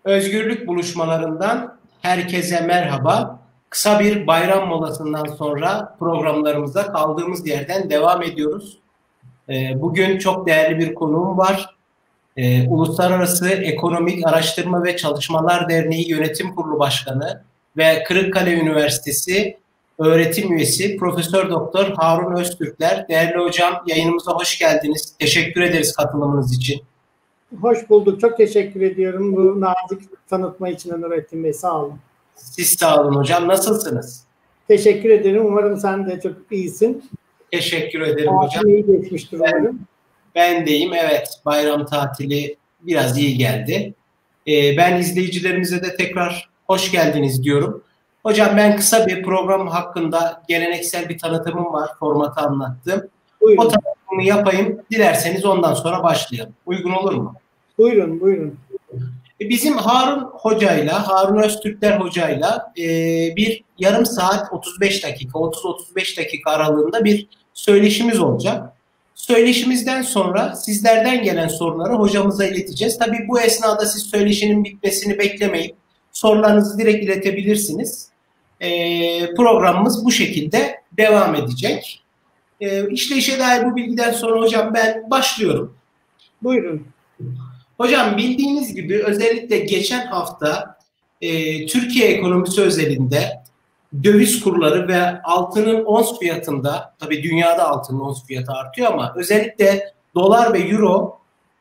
Özgürlük buluşmalarından herkese merhaba. Kısa bir bayram molasından sonra programlarımıza kaldığımız yerden devam ediyoruz. Bugün çok değerli bir konuğum var. Uluslararası Ekonomik Araştırma ve Çalışmalar Derneği Yönetim Kurulu Başkanı ve Kırıkkale Üniversitesi öğretim üyesi Profesör Doktor Harun Öztürkler. Değerli hocam, yayınımıza hoş geldiniz. Teşekkür ederiz katılımınız için. Hoş bulduk. Çok teşekkür ediyorum bu nazik tanıtma için Nurettin Bey. Sağ olun. Siz sağ olun hocam. Nasılsınız? Teşekkür ederim. Umarım sen de çok iyisin. Teşekkür ederim hocam. İyi geçmiştir umarım. Ben deyim. Evet. Bayram tatili biraz iyi geldi. Ben izleyicilerimize de tekrar hoş geldiniz diyorum. Hocam ben kısa bir program hakkında geleneksel bir tanıtımım var. Formatı anlattım. Buyurun. O tanıtımı yapayım. Dilerseniz ondan sonra başlayalım. Uygun olur mu? Buyurun. Bizim Harun Öztürkler hocayla bir yarım saat 35 dakika, 30-35 dakika aralığında bir söyleşimiz olacak. Söyleşimizden sonra sizlerden gelen soruları hocamıza ileteceğiz. Tabii bu esnada siz söyleşinin bitmesini beklemeyin. Sorularınızı direkt iletebilirsiniz. Programımız bu şekilde devam edecek. İşleyişe dair bu bilgiden sonra hocam ben başlıyorum. Buyurun. Hocam bildiğiniz gibi özellikle geçen hafta Türkiye ekonomisi özelinde döviz kurları ve altının ons fiyatında, tabii dünyada altının ons fiyatı artıyor ama özellikle dolar ve euro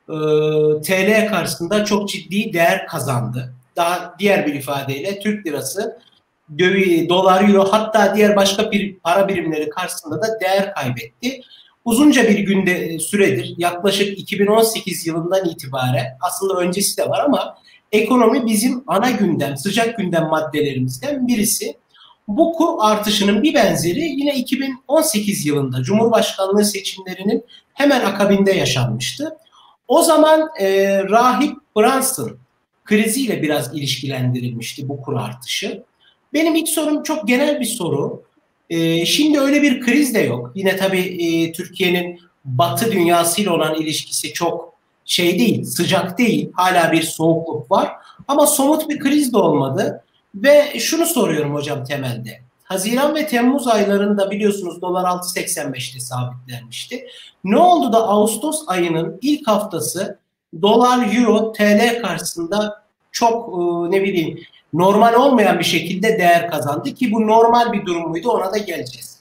TL karşısında çok ciddi değer kazandı. Daha diğer bir ifadeyle Türk lirası, dolar, euro hatta diğer başka bir para birimleri karşısında da değer kaybetti. Uzunca bir süredir yaklaşık 2018 yılından itibaren aslında öncesi de var ama ekonomi bizim ana gündem, sıcak gündem maddelerimizden birisi. Bu kur artışının bir benzeri yine 2018 yılında Cumhurbaşkanlığı seçimlerinin hemen akabinde yaşanmıştı. O zaman Rahip Brunson kriziyle biraz ilişkilendirilmişti bu kur artışı. Benim ilk sorum çok genel bir soru. Şimdi öyle bir kriz de yok. Yine tabii Türkiye'nin Batı dünyasıyla olan ilişkisi çok değil, sıcak değil. Hala bir soğukluk var. Ama somut bir kriz de olmadı. Ve şunu soruyorum hocam temelde. Haziran ve Temmuz aylarında biliyorsunuz dolar 6.85'te sabitlenmişti. Ne oldu da Ağustos ayının ilk haftası dolar, euro, TL karşısında çok normal olmayan bir şekilde değer kazandı ki bu normal bir durum muydu, ona da geleceğiz.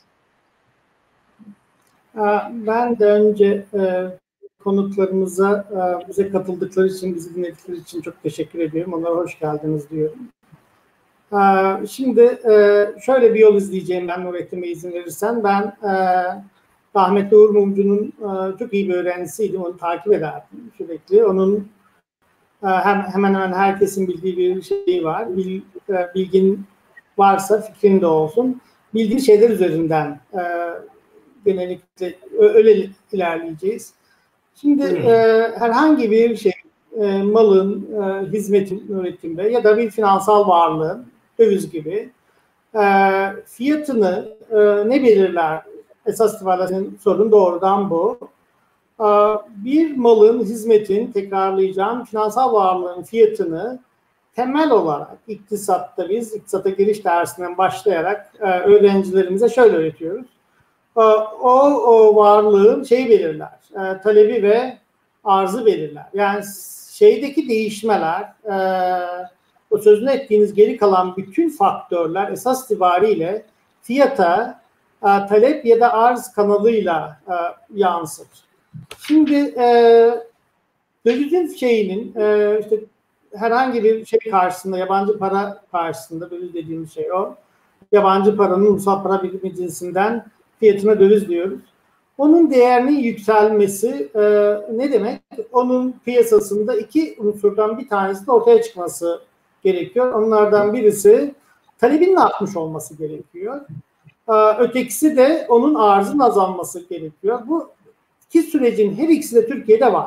Ben de önce konuklarımıza bize katıldıkları için, bizi dinledikleri için çok teşekkür ediyorum. Onlara hoş geldiniz diyorum. Şimdi şöyle bir yol izleyeceğim ben Nurettin Bey izin verirsen. Ben rahmetli Uğur Mumcu'nun çok iyi bir öğrencisiydim. Onu takip ederdim sürekli. Onun hemen hemen herkesin bildiği bir şey var. Bilgin varsa fikrin de olsun. Bildiği şeyler üzerinden genellikle öyle ilerleyeceğiz. Şimdi herhangi bir şey, malın, hizmetin Nurettin Bey ya da bir finansal varlığın, döviz gibi fiyatını ne belirler? Esas itibariyle sorun doğrudan bu. Bir malın, hizmetin, tekrarlayacağım, finansal varlığın fiyatını temel olarak iktisatta biz iktisata giriş dersinden başlayarak öğrencilerimize şöyle öğretiyoruz. O varlığın belirler, talebi ve arzı belirler. Yani şeydeki değişmeler, o sözünü ettiğiniz geri kalan bütün faktörler esas itibariyle fiyata talep ya da arz kanalıyla yansır. Şimdi dövizin işte herhangi bir şey karşısında, yabancı para karşısında, döviz dediğimiz şey o. Yabancı paranın ulusal para birimi cinsinden fiyatına döviz diyoruz. Onun değerinin yükselmesi ne demek? Onun piyasasında iki unsurdan bir tanesinin ortaya çıkması gerekiyor. Onlardan birisi talebin artmış olması gerekiyor. Ötekisi de onun arzın azalması gerekiyor. Bu iki sürecin her ikisi de Türkiye'de var.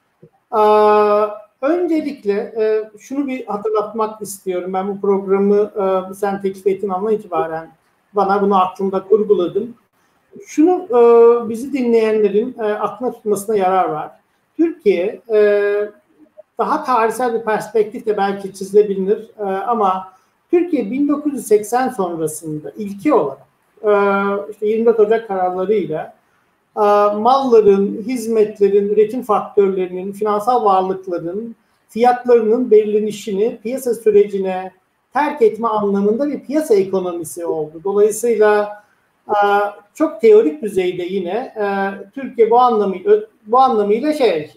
Öncelikle şunu bir hatırlatmak istiyorum. Ben bu programı sen teklif ettiğin andan itibaren bana bunu aklımda kurguladım. Şunu bizi dinleyenlerin aklına tutmasına yarar var. Türkiye daha tarihsel bir perspektifle belki çizilebilir ama Türkiye 1980 sonrasında ilki olarak işte 24 Ocak kararlarıyla malların, hizmetlerin, üretim faktörlerinin, finansal varlıkların fiyatlarının belirlenişini piyasa sürecine terk etme anlamında bir piyasa ekonomisi oldu. Dolayısıyla çok teorik düzeyde yine Türkiye bu anlamıyla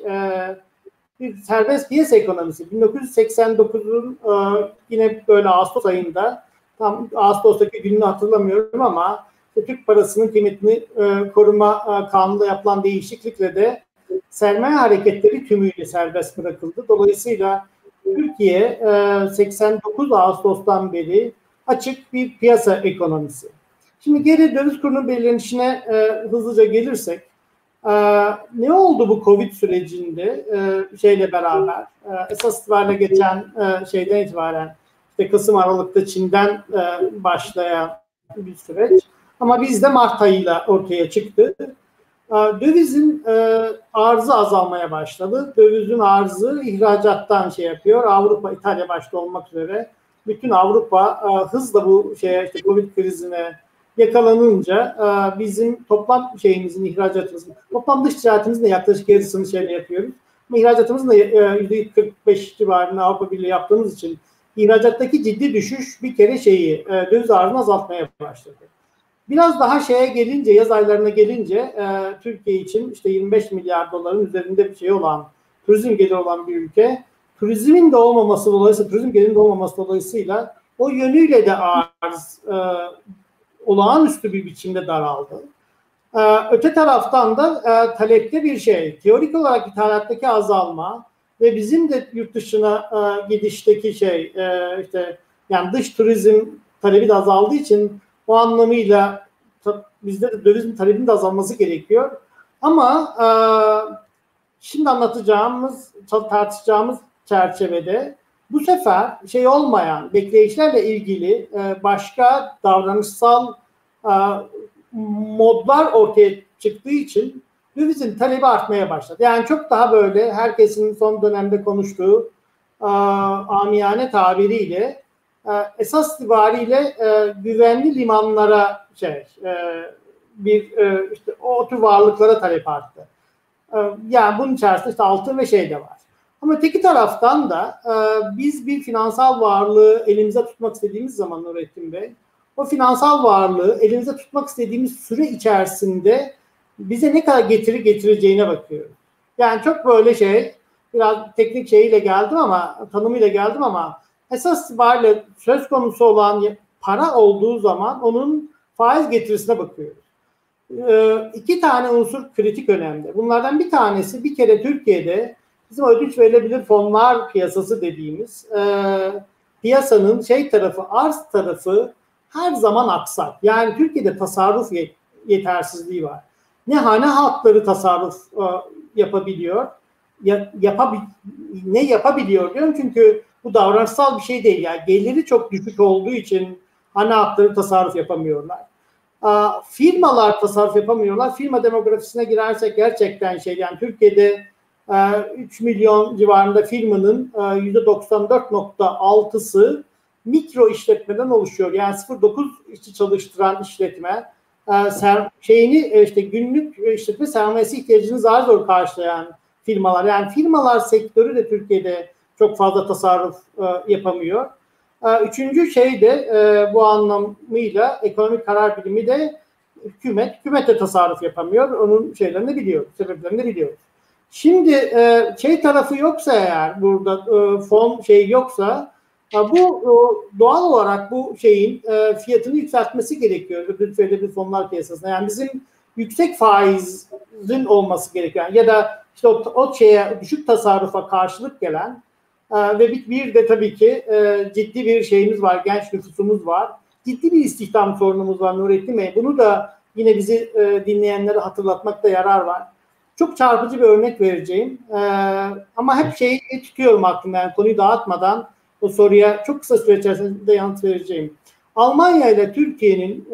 bir serbest piyasa ekonomisi. 1989'un yine böyle Ağustos ayında, tam Ağustos'taki gününü hatırlamıyorum ama Türk parasının kıymetini koruma kanununda yapılan değişiklikle de sermaye hareketleri tümüyle serbest bırakıldı. Dolayısıyla Türkiye 89 Ağustos'tan beri açık bir piyasa ekonomisi. Şimdi geri döviz kurunun belirlenişine hızlıca gelirsek, ne oldu bu Covid sürecinde şeyle beraber? Esas itibariyle geçen şeyden itibaren, işte Kasım Aralık'ta Çin'den başlayan bir süreç. Ama bizde Mart ayıyla ortaya çıktı. Dövizin arzı azalmaya başladı. Dövizin arzı ihracattan yapıyor. Avrupa, İtalya başta olmak üzere bütün Avrupa hızla bu işte Covid krizine yakalanınca bizim toplam ihracatımızın, toplam dış ticaretimizin de yaklaşık yarısını yapıyoruz. Ama ihracatımızın da %45 civarında Avrupa Birliği yaptığımız için ihracattaki ciddi düşüş bir kere döviz arzını azaltmaya başladı. Biraz daha gelince, yaz aylarına gelince Türkiye için işte 25 milyar doların üzerinde bir olan, turizm geliri olan bir ülke. Turizmin de olmaması dolayısıyla, turizm gelirinin de olmaması dolayısıyla o yönüyle de arz olağanüstü bir biçimde daraldı. Öte taraftan da talepte teorik olarak ithalattaki azalma ve bizim de yurt dışına gidişteki yani dış turizm talebi de azaldığı için o anlamıyla bizde de dövizin talebinin de azalması gerekiyor. Ama şimdi tartışacağımız çerçevede bu sefer olmayan bekleyişlerle ilgili başka davranışsal modlar ortaya çıktığı için dövizin talebi artmaya başladı. Yani çok daha böyle herkesin son dönemde konuştuğu amiyane tabiriyle esas itibariyle güvenli limanlara o tür varlıklara talep arttı. Yani bunun içerisinde altın ve de var. Ama öteki taraftan da biz bir finansal varlığı elimize tutmak istediğimiz zaman Nurettin Bey, o finansal varlığı elimize tutmak istediğimiz süre içerisinde bize ne kadar getiri getireceğine bakıyoruz. Yani çok böyle biraz teknik tanımıyla geldim ama esas itibariyle söz konusu olan para olduğu zaman onun faiz getirisine bakıyoruz. İki tane unsur kritik önemli. Bunlardan bir tanesi bir kere Türkiye'de bizim ödünç verilebilir fonlar piyasası dediğimiz piyasanın tarafı, arz tarafı her zaman aksak. Yani Türkiye'de tasarruf yetersizliği var. Ne hane halkları tasarruf yapabiliyor, ne yapabiliyor diyorum çünkü bu davranışsal bir şey değil. Yani geliri çok düşük olduğu için hane halkları tasarruf yapamıyorlar. Firmalar tasarruf yapamıyorlar. Firma demografisine girersek gerçekten yani Türkiye'de 3 milyon civarında firmanın %94.6'sı mikro işletmeden oluşuyor. Yani 0,9 işçi çalıştıran işletme günlük işletme sermayesi ihtiyacını zor karşılayan firmalar. Yani firmalar sektörü de Türkiye'de çok fazla tasarruf yapamıyor. Üçüncü bu anlamıyla ekonomik karar bilimi de hükümet de tasarruf yapamıyor. Onun sebeplerini biliyoruz. Şimdi tarafı yoksa eğer burada fon yoksa bu doğal olarak bu fiyatını yükseltmesi gerekiyor ödünç verilebilir fonlar piyasasında. Yani bizim yüksek faizin olması gerekiyor. Ya da o düşük tasarrufa karşılık gelen ve bir de tabii ki ciddi bir var, genç nüfusumuz var. Ciddi bir istihdam sorunumuz var Nurettin Bey. Bunu da yine bizi dinleyenlere hatırlatmakta yarar var. Çok çarpıcı bir örnek vereceğim. Ama hep tutuyorum aklımda. Yani konuyu dağıtmadan o soruya çok kısa süre içerisinde yanıt vereceğim. Almanya ile Türkiye'nin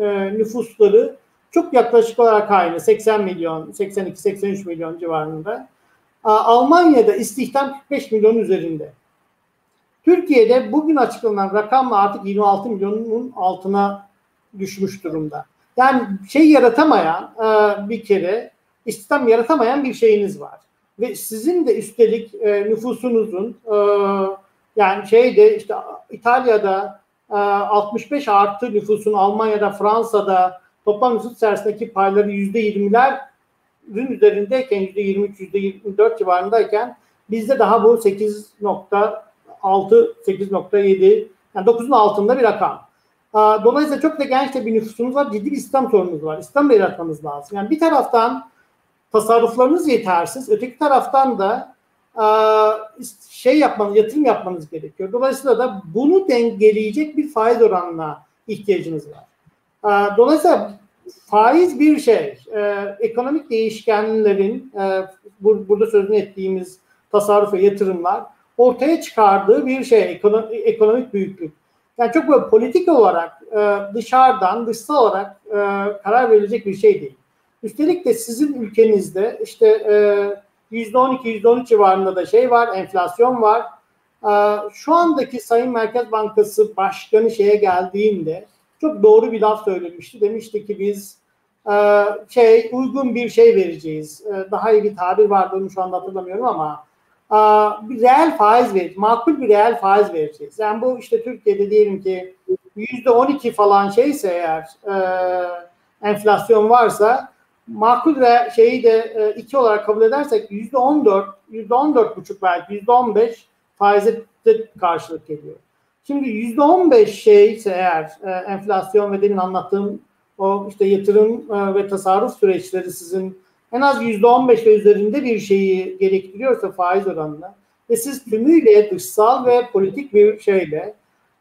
nüfusları çok yaklaşık olarak aynı. 80 milyon, 82-83 milyon civarında. Almanya'da istihdam 45 milyon üzerinde. Türkiye'de bugün açıklanan rakamla artık 26 milyonun altına düşmüş durumda. Yani şey yaratamayan bir kere istihdam yaratamayan bir şeyiniz var. Ve sizin de üstelik nüfusunuzun yani şeyde işte İtalya'da 65 artı nüfusun Almanya'da, Fransa'da toplam nüfus içerisindeki payları %20'lerin üzerindeyken %23, %24 civarındayken bizde daha bu 8.6, 8.7 yani 9'un altında bir rakam. Dolayısıyla çok da genç de bir nüfusunuz var, ciddi bir istihdam sorununuz var. İstihdam yaratmanız lazım. Yani bir taraftan tasarruflarınız yetersiz, öteki taraftan da yatırım yapmanız gerekiyor. Dolayısıyla da bunu dengeleyecek bir faiz oranına ihtiyacınız var. Dolayısıyla faiz bir şey, ekonomik değişkenlerin burada sözünü ettiğimiz tasarruf ve yatırımlar ortaya çıkardığı bir şey, ekonomik büyüklük. Yani çok böyle politik olarak dışarıdan, dışsal olarak karar verilecek bir şey değil. Üstelik de sizin ülkenizde işte %12, %13 civarında da şey var, enflasyon var. Şu andaki Sayın Merkez Bankası Başkanı şeye geldiğinde çok doğru bir laf söylemişti. Demişti ki biz uygun bir şey vereceğiz. Daha iyi bir tabir vardı, onu şu anda hatırlamıyorum ama bir reel faiz vereceğiz. Makul bir reel faiz vereceğiz. Yani bu işte Türkiye'de diyelim ki %12 falan şeyse eğer enflasyon varsa makul şeyi de 2 olarak kabul edersek %14, %14,5 belki %15 faize de karşılık geliyor. Şimdi %15 şeyse eğer enflasyon ve demin anlattığım o işte yatırım ve tasarruf süreçleri sizin en az %15 ve üzerinde bir şeyi gerektiriyorsa faiz oranına ve siz tümüyle dışsal ve politik bir şeyle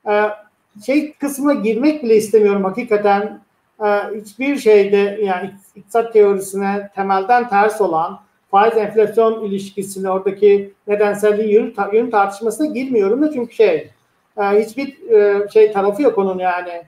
kısmına girmek bile istemiyorum hakikaten hiçbir şeyde yani iktisat teorisine temelden ters olan faiz enflasyon ilişkisini oradaki nedenselliği yönü tartışmasına girmiyorum da çünkü hiçbir tarafı yok onun yani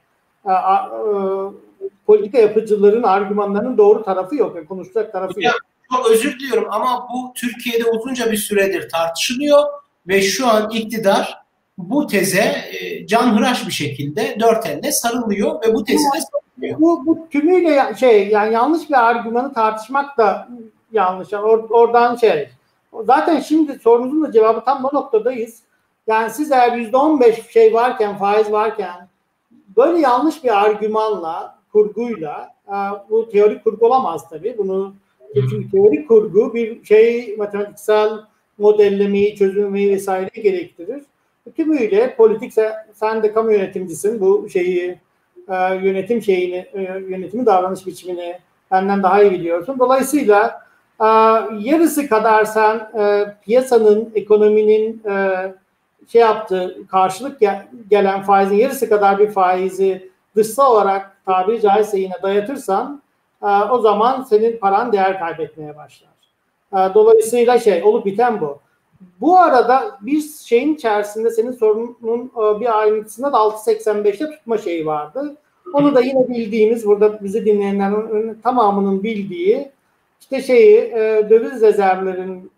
politika yapıcıların argümanlarının doğru tarafı yok. Yani konuşacak tarafı yok. Çok özür diliyorum ama bu Türkiye'de uzunca bir süredir tartışılıyor ve şu an iktidar bu teze canhıraş bir şekilde dört elle sarılıyor ve bu tezi de savunuyor. Bu tümüyle yani yanlış bir argümanı tartışmak da yanlış. Yani oradan zaten şimdi sorunuzun da cevabı tam bu noktadayız. Yani siz eğer %15 varken, faiz varken böyle yanlış bir argümanla, kurguyla bu teorik kurgu olamaz tabii. Bunu çünkü teorik kurgu bir matematiksel modellemeyi, çözülmeyi vesaire gerektirir. Tümüyle politik sen de kamu yönetimcisin. Bu yönetimi davranış biçimini benden daha iyi biliyorsun. Dolayısıyla yarısı kadar sen piyasanın, ekonominin karşılık gelen faizin yarısı kadar bir faizi dışsal olarak tabiri caizse yine dayatırsan o zaman senin paran değer kaybetmeye başlar. Dolayısıyla olup biten bu. Bu arada bir şeyin içerisinde senin sorunun bir ayrıntısında da 6.85'te tutma şeyi vardı. Onu da yine bildiğimiz, burada bizi dinleyenlerin tamamının bildiği işte döviz rezervlerinin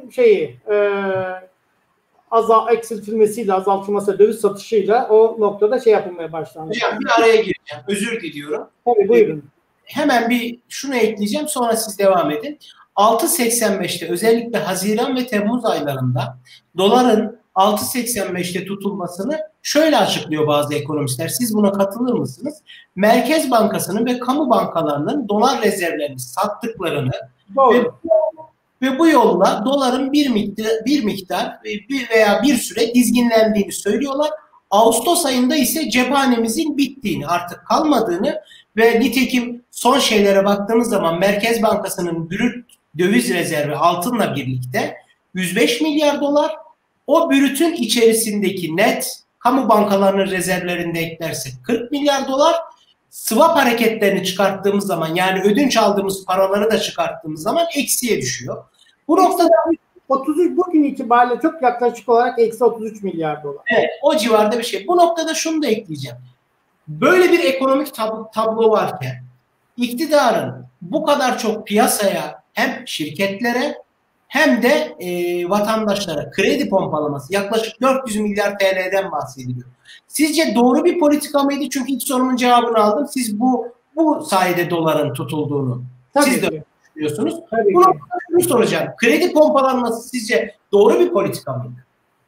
eksiltilmesiyle, azaltılması, döviz satışıyla o noktada yapılmaya başlandı. Hocam bir araya gireceğim. Özür diliyorum. Tabii buyurun. Hemen bir şunu ekleyeceğim, sonra siz devam edin. 6.85'te özellikle Haziran ve Temmuz aylarında doların 6.85'te tutulmasını şöyle açıklıyor bazı ekonomistler. Siz buna katılır mısınız? Merkez Bankası'nın ve kamu bankalarının dolar rezervlerini sattıklarını ve bu yolla doların bir miktar veya bir süre dizginlendiğini söylüyorlar. Ağustos ayında ise cephanemizin bittiğini, artık kalmadığını ve nitekim son şeylere baktığımız zaman Merkez Bankası'nın brüt döviz rezervi altınla birlikte 105 milyar dolar. O brütün içerisindeki net kamu bankalarının rezervlerinde eklersek 40 milyar dolar. Swap hareketlerini çıkarttığımız zaman yani ödünç aldığımız paraları da çıkarttığımız zaman eksiye düşüyor. Bu noktada 33 bugün itibariyle çok yaklaşık olarak eksi 33 milyar dolar. Evet, o civarda bir şey. Bu noktada şunu da ekleyeceğim. Böyle bir ekonomik tablo varken iktidarın bu kadar çok piyasaya hem şirketlere hem de vatandaşlara kredi pompalaması yaklaşık 400 milyar TL'den bahsediliyor. Sizce doğru bir politika mıydı? Çünkü ilk sorumun cevabını aldım. Siz bu sayede doların tutulduğunu siz de düşünüyorsunuz. Bunu soracağım. Kredi pompalanması sizce doğru bir politika mıydı?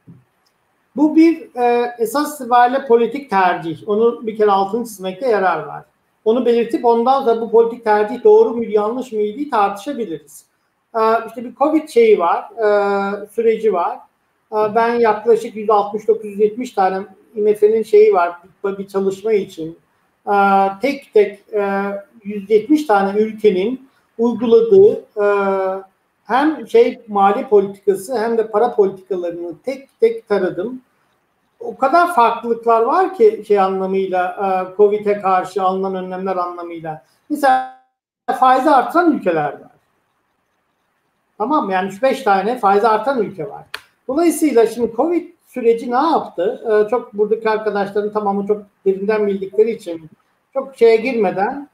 Bu bir esas itibariyle politik tercih. Onu bir kere altını çizmekte yarar var. Onu belirtip ondan sonra bu politik tercih doğru mu yanlış mıydı tartışabiliriz. İşte bir Covid şeyi var, süreci var. Ben yaklaşık 169-170 tane IMF'nin şeyi var bir çalışma için. Tek tek 170 tane ülkenin uyguladığı hem mali politikası hem de para politikalarını tek tek taradım. O kadar farklılıklar var ki anlamıyla Covid'e karşı alınan önlemler anlamıyla. Mesela faizi artıran ülkeler var. Tamam mı? Yani 3-5 tane faizi artan ülke var. Dolayısıyla şimdi Covid süreci ne yaptı? Çok buradaki arkadaşların tamamı çok derinden bildikleri için çok şeye girmeden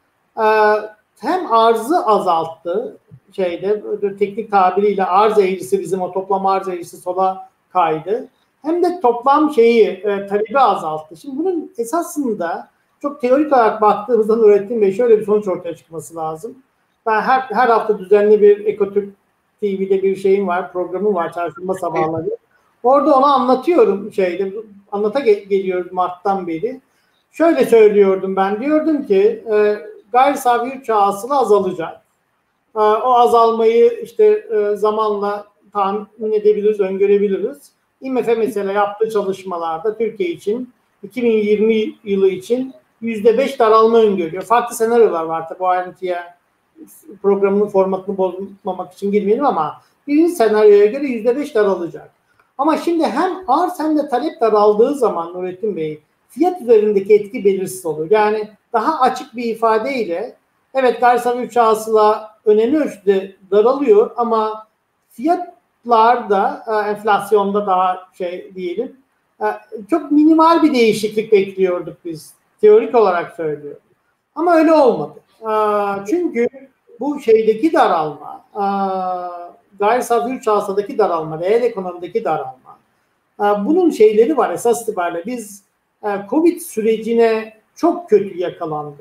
hem arzı azalttı teknik tabiriyle arz eğrisi bizim o toplam arz eğrisi sola kaydı. Hem de toplam talebi azalttı. Şimdi bunun esasında çok teorik olarak baktığımızda Nurettin Bey şöyle bir sonuç ortaya çıkması lazım. Ben her hafta düzenli bir Ekotürk TV'de bir şeyim var, programım var çarşamba sabahları. Orada onu anlatıyorum geliyoruz Mart'tan beri. Şöyle söylüyordum ben, diyordum ki gayri safi yurt içi hasıla azalacak. O azalmayı zamanla tahmin edebiliriz, öngörebiliriz. IMF mesela yaptığı çalışmalarda Türkiye için 2020 yılı için %5 daralma öngörüyor. Farklı senaryolar var tabi, bu ayrıntıya programın formatını bozmamak için girmeyelim ama birinci senaryoya göre %5 daralacak. Ama şimdi hem arz hem de talep daraldığı zaman Nurettin Bey fiyat üzerindeki etki belirsiz olur. Yani daha açık bir ifadeyle evet gayri safi yurt içi hasıla önemli ölçüde daralıyor ama fiyatlarda enflasyonda daha diyelim çok minimal bir değişiklik bekliyorduk biz. Teorik olarak söylüyorum. Ama öyle olmadı. Çünkü bu daralma, gayri safi yurt içi hasıladaki daralma, reel ekonomideki daralma, bunun şeyleri var esas itibariyle. Biz Covid sürecine çok kötü yakalandık.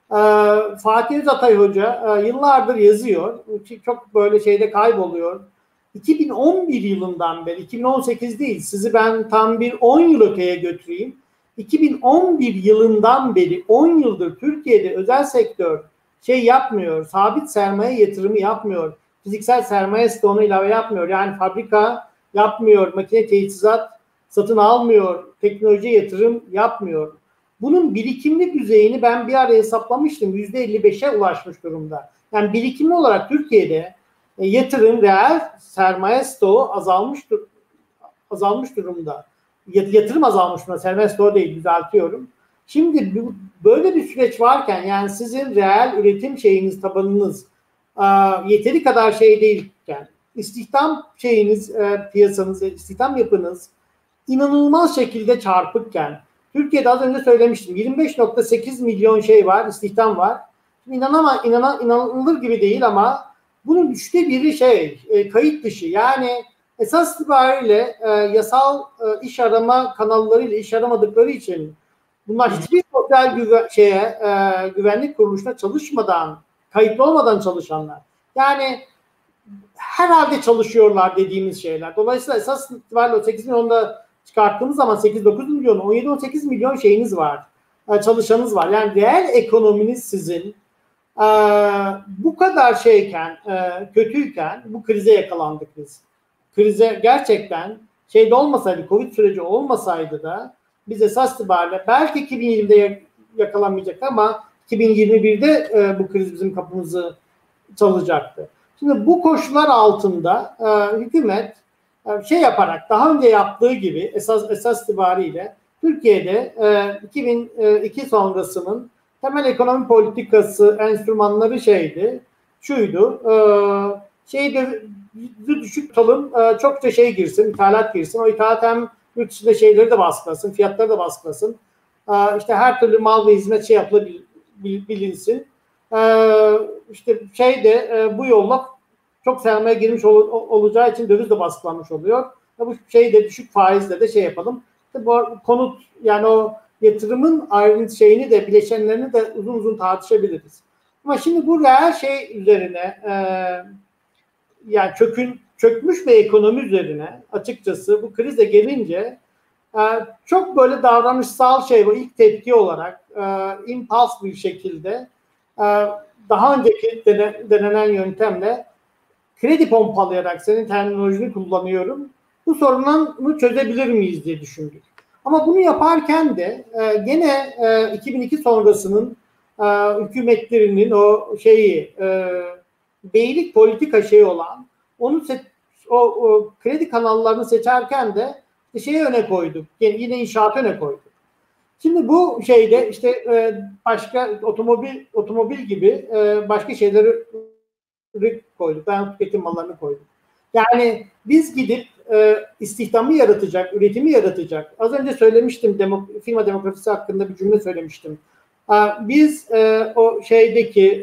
Fatih Özatay Hoca yıllardır yazıyor. Çok böyle kayboluyor. 2011 yılından beri, 2018 değil, sizi ben tam bir 10 yıl öteye götüreyim. 2011 yılından beri 10 yıldır Türkiye'de özel sektör yapmıyor, sabit sermaye yatırımı yapmıyor, fiziksel sermaye stoğuna ilave yapmıyor. Yani fabrika yapmıyor, makine teçhizat satın almıyor, teknoloji yatırım yapmıyor. Bunun birikimli düzeyini ben bir ara hesaplamıştım. %55'e ulaşmış durumda. Yani birikimli olarak Türkiye'de yatırım, reel sermaye stoğu azalmış durumda. Yatırım azalmış durumda. Sermaye stoğu değil, düzeltiyorum. Şimdi böyle bir süreç varken, yani sizin reel üretim tabanınız yeteri kadar değilken, istihdam piyasanız, istihdam yapınız inanılmaz şekilde çarpıkken, Türkiye'de az önce söylemiştim 25.8 milyon var, istihdam var. İnanılır gibi değil ama bunun 1/3 kayıt dışı. Yani esas itibariyle yasal iş arama kanallarıyla iş aramadıkları için bunlar hiçbir sosyal güvenlik kuruluşuna çalışmadan, kayıtlı olmadan çalışanlar. Yani herhalde çalışıyorlar dediğimiz şeyler. Dolayısıyla esas itibariyle o 8 milyonda çıkarttığımız zaman 8-9 milyon, 17-18 milyon var. Çalışanınız var. Yani reel ekonominiz sizin bu kadar kötüyken bu krize yakalandık biz. Krize gerçekten olmasaydı, Covid süreci olmasaydı da biz esas itibariyle belki 2020'de yakalanmayacaktı ama 2021'de bu kriz bizim kapımızı çalacaktı. Şimdi bu koşullar altında hükümet yaparak daha önce yaptığı gibi esas itibariyle Türkiye'de 2002 sonrasının temel ekonomi politikası enstrümanları şuydu. Düşük tutalım, çokça girsin, ithalat girsin. O ithalat hem yurt dışında şeyleri de baskılasın, fiyatları da baskılasın. Her türlü mal ve hizmet bilinsin. Bu yolla çok sermaye girmiş olacağı için döviz de baskılanmış oluyor. Bu şeyde düşük faizle de şey yapalım. İşte bu konut, yani o yatırımın ayrıntı şeyini de, bileşenlerini de uzun uzun tartışabiliriz. Ama şimdi bu reel şey üzerine yani çökmüş bir ekonomi üzerine açıkçası bu krize gelince çok böyle davranışsal şey, bu ilk tepki olarak impuls bir şekilde daha önceki denenen yöntemle kredi pompalayarak, senin terminolojini kullanıyorum, bu sorunu çözebilir miyiz diye düşündük. Ama bunu yaparken de gene 2002 sonrasının hükümetlerinin o şeyi beylik politika şeyi olan o kredi kanallarını seçerken de şeyi öne koyduk. Yine inşaat öne koyduk. Şimdi bu şeyde işte başka otomobil gibi başka şeyleri koyduk. Ben tüketim mallarını koyduk. Yani biz gidip istihdamı yaratacak, üretimi yaratacak. Az önce söylemiştim, firma demokrasisi hakkında bir cümle söylemiştim. Biz o şeydeki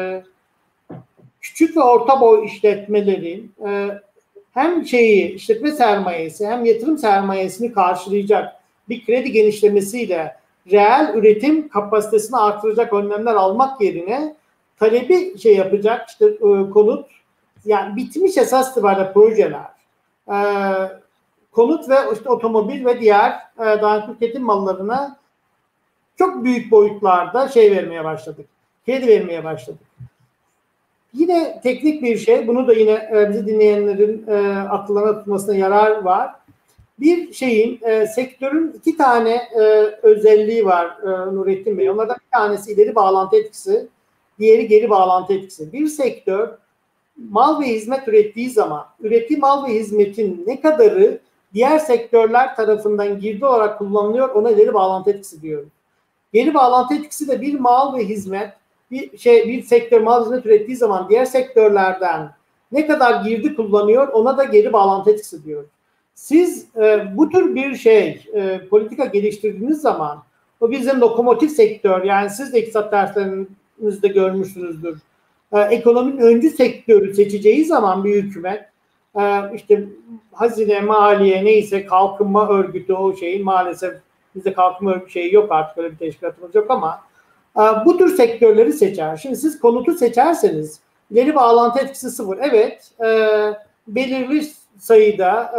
küçük ve orta boy işletmelerin hem işletme sermayesi hem yatırım sermayesini karşılayacak bir kredi genişlemesiyle reel üretim kapasitesini artıracak önlemler almak yerine talebi şey yapacak, işte konut, yani bitmiş esas itibariyle projeler, konut ve işte otomobil ve diğer dayanıklı tüketim mallarına çok büyük boyutlarda şey vermeye başladık. Kredi vermeye başladık. Yine teknik bir şey, bunu da yine bizi dinleyenlerin akıllarına tutmasına yarar var. Bir şeyin, sektörün iki tane özelliği var Nurettin Bey. Onlardan bir tanesi ileri bağlantı etkisi, diğeri geri bağlantı etkisi. Bir sektör mal ve hizmet ürettiği zaman, ürettiği mal ve hizmetin ne kadarı diğer sektörler tarafından girdi olarak kullanılıyor, ona ileri bağlantı etkisi diyorum. Geri bağlantı etkisi de bir mal ve hizmet, bir sektör mal ve hizmet ürettiği zaman diğer sektörlerden ne kadar girdi kullanıyor, ona da geri bağlantı etkisi diyor. Siz bu tür bir politika geliştirdiğiniz zaman, o bizim lokomotif sektör, yani siz de iktisat derslerinizde görmüşsünüzdür. Ekonominin öncü sektörü seçeceği zaman bir hükümet, işte hazine, maliye, neyse kalkınma örgütü, o şeyin maalesef bizde kalkınma örgütü şeyi yok, artık öyle bir teşkilatımız yok, ama bu tür sektörleri seçer. Şimdi siz konutu seçerseniz ileri bağlantı etkisi sıfır. Evet, belirli sayıda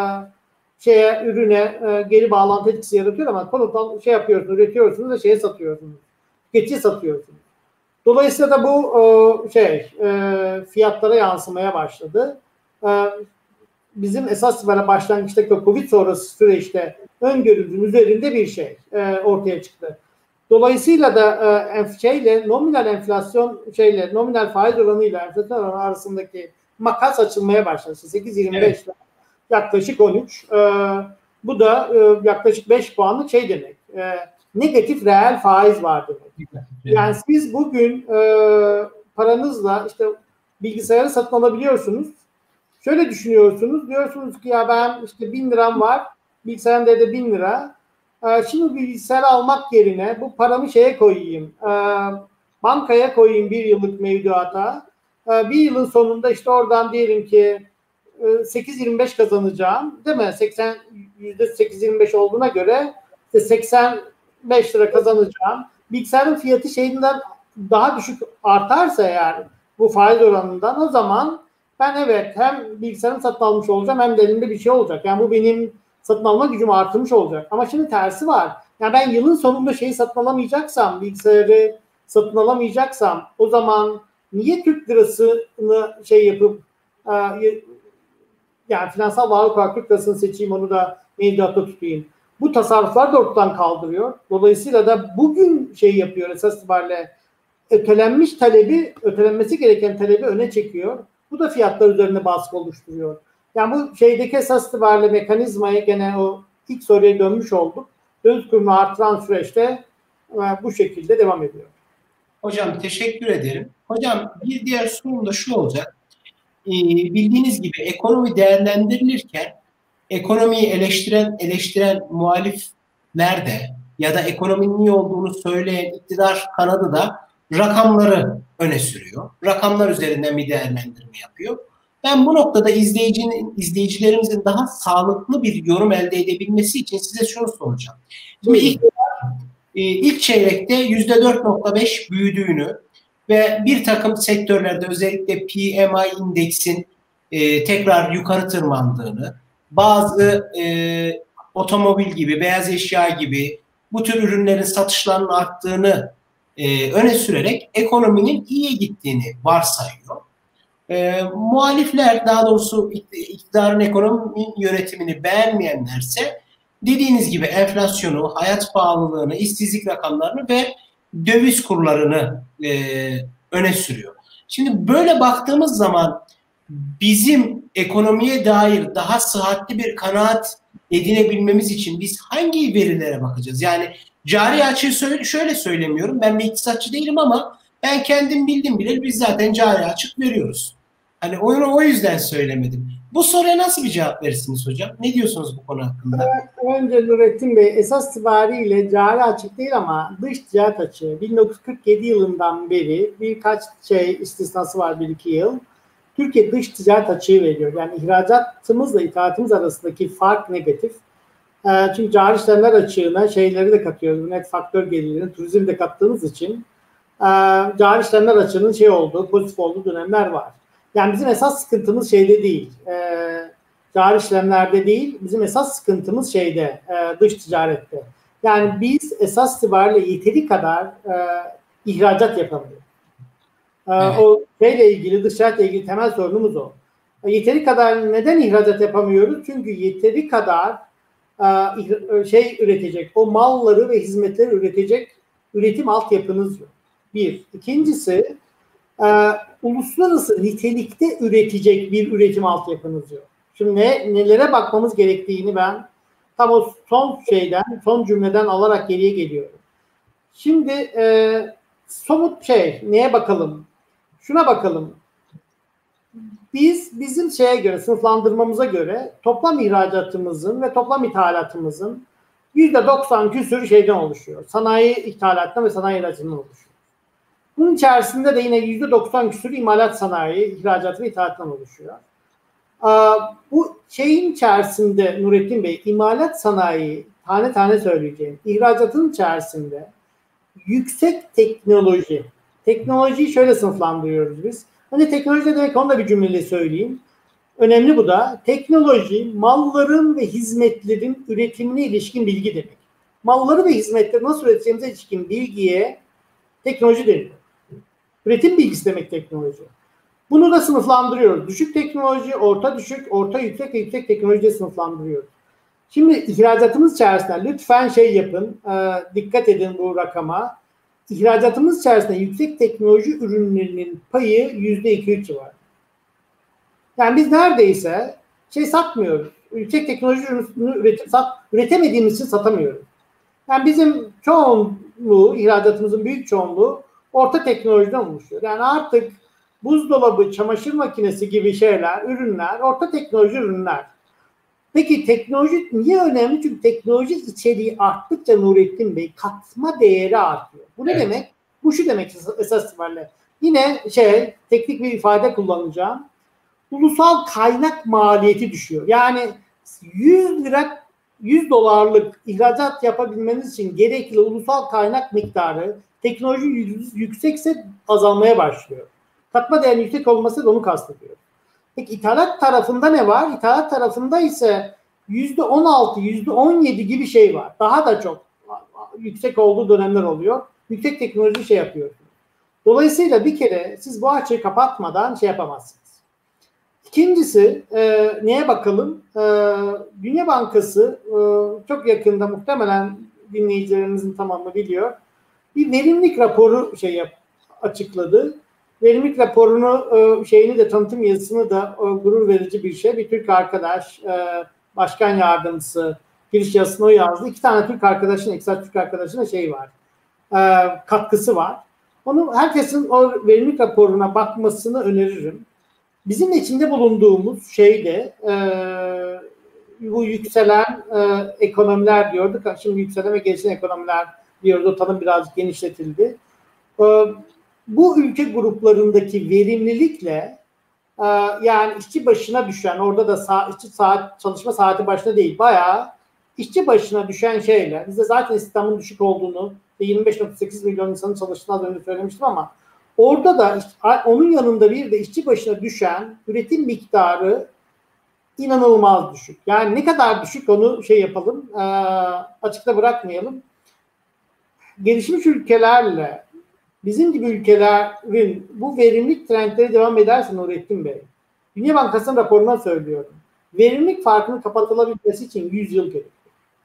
ürüne geri bağlantı etkisi yaratıyor, ama konut yapıyorsunuz, üretiyorsunuz ve satıyorsunuz. Tüketiciye satıyorsunuz. Dolayısıyla da bu fiyatlara yansımaya başladı. Bizim esas böyle başlangıçtaki Covid sonrası süreçte öngörümüzün üzerinde bir şey ortaya çıktı. Dolayısıyla da nominal enflasyon nominal faiz oranıyla enflasyon oranı arasındaki makas açılmaya başladı. 8.25 evet. Yaklaşık 13. Bu da yaklaşık 5 puanlık demek. Negatif reel faiz var demek. Yani siz bugün paranızla işte bilgisayarı satın alabiliyorsunuz. Şöyle düşünüyorsunuz. Diyorsunuz ki ya ben işte 1000 liram var. Bilgisayarın değeri 1000 lira. Şimdi bilgisayarı almak yerine bu paramı koyayım. Bankaya koyayım 1 yıllık mevduata. 1 yılın sonunda işte oradan diyelim ki 8.25 kazanacağım. Değil mi? %8.25 olduğuna göre işte 85 lira kazanacağım. Bilgisayarın fiyatı şeyinden daha düşük artarsa eğer bu faiz oranından, o zaman ben evet hem bilgisayarımı satın almış olacağım hem de elimde bir şey olacak. Yani bu benim satın alma gücümü artırmış olacak. Ama şimdi tersi var. Yani ben yılın sonunda satın alamayacaksam, bilgisayarı satın alamayacaksam, o zaman niye Türk lirasını yapıp yani finansal varlık olarak Türk lirasını seçeyim, onu da mevduatta tutayım. Bu tasarruflar da ortadan kaldırıyor. Dolayısıyla da bugün yapıyor esas itibariyle, ötelenmesi gereken talebi öne çekiyor. Bu da fiyatlar üzerine baskı oluşturuyor. Yani bu esas itibariyle mekanizmaya gene o ilk soruya dönmüş olduk. Döviz kurunu artıran süreçte bu şekilde devam ediyor. Hocam teşekkür ederim. Hocam bir diğer sorum da şu olacak. Bildiğiniz gibi ekonomi değerlendirilirken ekonomiyi eleştiren muhalifler de ya da ekonominin iyi olduğunu söyleyen iktidar kanadı da rakamları öne sürüyor. Rakamlar üzerinden bir değerlendirme yapıyor. Ben bu noktada izleyicilerimizin daha sağlıklı bir yorum elde edebilmesi için size şunu soracağım. Şimdi ilk çeyrekte %4,5 büyüdüğünü ve bir takım sektörlerde özellikle PMI indeksin tekrar yukarı tırmandığını, bazı otomobil gibi, beyaz eşya gibi bu tür ürünlerin satışlarının arttığını öne sürerek ekonominin iyi gittiğini varsayıyor. Muhalifler, daha doğrusu iktidarın ekonomi yönetimini beğenmeyenlerse dediğiniz gibi enflasyonu, hayat pahalılığını, işsizlik rakamlarını ve döviz kurlarını öne sürüyor. Şimdi böyle baktığımız zaman bizim ekonomiye dair daha sıhhatli bir kanaat edinebilmemiz için biz hangi verilere bakacağız? Yani cari açığı şöyle söylemiyorum. Ben bir iktisatçı değilim ama ben kendim bildim bileli biz zaten cari açık veriyoruz. Hani o yüzden söylemedim. Bu soruya nasıl bir cevap verirsiniz hocam? Ne diyorsunuz bu konu hakkında? Önce Nurettin Bey, esas itibariyle cari açık değil ama dış ticaret açığı. 1947 yılından beri birkaç istisnası var, 1-2 yıl. Türkiye dış ticaret açığı veriyor. Yani ihracatımızla ithalatımız arasındaki fark negatif. Çünkü cari işlemler açığına şeyleri de katıyoruz. Net faktör gelirini, turizmi de kattığımız için cari işlemler açığının olduğu, pozitif olduğu dönemler var. Yani bizim esas sıkıntımız şeyde değil, cari işlemlerde değil, bizim esas sıkıntımız dış ticarette. Yani biz esas itibariyle yeteri kadar ihracat yapamıyoruz. Evet. O ilgili, dış ticaretle ilgili temel sorunumuz o. Yeteri kadar neden ihracat yapamıyoruz? Çünkü yeteri kadar üretecek, o malları ve hizmetleri üretecek üretim altyapınız yok. Bir. İkincisi, uluslararası nitelikte üretecek bir üretim altyapınız yok. Şimdi nelere bakmamız gerektiğini ben tam o son cümleden alarak geriye geliyorum. Şimdi somut neye bakalım? Şuna bakalım. Bizim göre, sınıflandırmamıza göre toplam ihracatımızın ve toplam ithalatımızın %90 küsürü şeyden oluşuyor. Sanayi ithalatından ve sanayi ihracatından oluşuyor. Bunun içerisinde de yine %90 küsur imalat sanayi, ihracatı ve ithalattan oluşuyor. Bu içerisinde Nurettin Bey, imalat sanayi, tane tane söyleyeceğim, ihracatın içerisinde yüksek teknolojiyi şöyle sınıflandırıyoruz biz. Hani teknoloji demek, onu da bir cümleyle söyleyeyim. Önemli bu da. Teknoloji, malların ve hizmetlerin üretimine ilişkin bilgi demek. Malları ve hizmetleri nasıl üreteceğimize ilişkin bilgiye teknoloji deniyor. Üretim bilgisi demek teknoloji. Bunu da sınıflandırıyoruz. Düşük teknoloji, orta düşük, orta yüksek ve yüksek teknolojiye sınıflandırıyoruz. Şimdi ihracatımız içerisinde lütfen yapın, dikkat edin bu rakama. İhracatımız içerisinde yüksek teknoloji ürünlerinin payı %2-3 civarı. Yani biz neredeyse satmıyoruz. Yüksek teknoloji ürünü üretemediğimiz için satamıyoruz. Yani bizim çoğunluğu, ihracatımızın büyük çoğunluğu orta teknolojiden oluşuyor. Yani artık buzdolabı, çamaşır makinesi gibi ürünler, orta teknoloji ürünler. Peki teknoloji niye önemli? Çünkü teknoloji içeriği arttıkça Nurettin Bey katma değeri artıyor. Bu ne demek? Bu şu demek esas itibariyle. Yine teknik bir ifade kullanacağım. Ulusal kaynak maliyeti düşüyor. Yani 100 dolarlık ihracat yapabilmeniz için gerekli ulusal kaynak miktarı teknoloji yüksekse azalmaya başlıyor. Katma değerinin yüksek olması da onu kastediyor. Peki ithalat tarafında ne var? İthalat tarafında ise %16, %17 gibi var. Daha da çok yüksek olduğu dönemler oluyor. Yüksek teknoloji yapıyorsunuz. Dolayısıyla bir kere siz bu açığı kapatmadan yapamazsınız. İkincisi neye bakalım? Dünya Bankası çok yakında, muhtemelen dinleyicilerimizin tamamı biliyor, bir verimlilik raporu açıkladı. Verimlilik raporunu de, tanıtım yazısını da gurur verici bir şey. Bir Türk arkadaş, başkan yardımcısı, giriş yazısını o yazdı. 2 tane Türk arkadaşın, ekstra Türk arkadaşına var. Katkısı var. Herkesin o verimlilik raporuna bakmasını öneririm. Bizim içinde bulunduğumuz bu yükselen ekonomiler diyorduk. Şimdi yükselen ve gelişen ekonomiler diyoruz. O tanım birazcık genişletildi. Bu ülke gruplarındaki verimlilikle Yani işçi başına düşen, orada da işçi çalışma saati başına değil, bayağı işçi başına düşen şeyler. Bizde zaten istihdamın düşük olduğunu, 25.8 milyon insanın çalıştığını az önce söylemiştim ama orada da onun yanında bir de işçi başına düşen üretim miktarı inanılmaz düşük. Yani ne kadar düşük onu yapalım, açıkta bırakmayalım. Gelişmiş ülkelerle bizim gibi ülkelerin bu verimlilik trendleri devam ederse Nurettin Bey, Dünya Bankası'nın raporuna söylüyorum. Verimlilik farkının kapatılabilmesi için 100 yıl gerekiyor.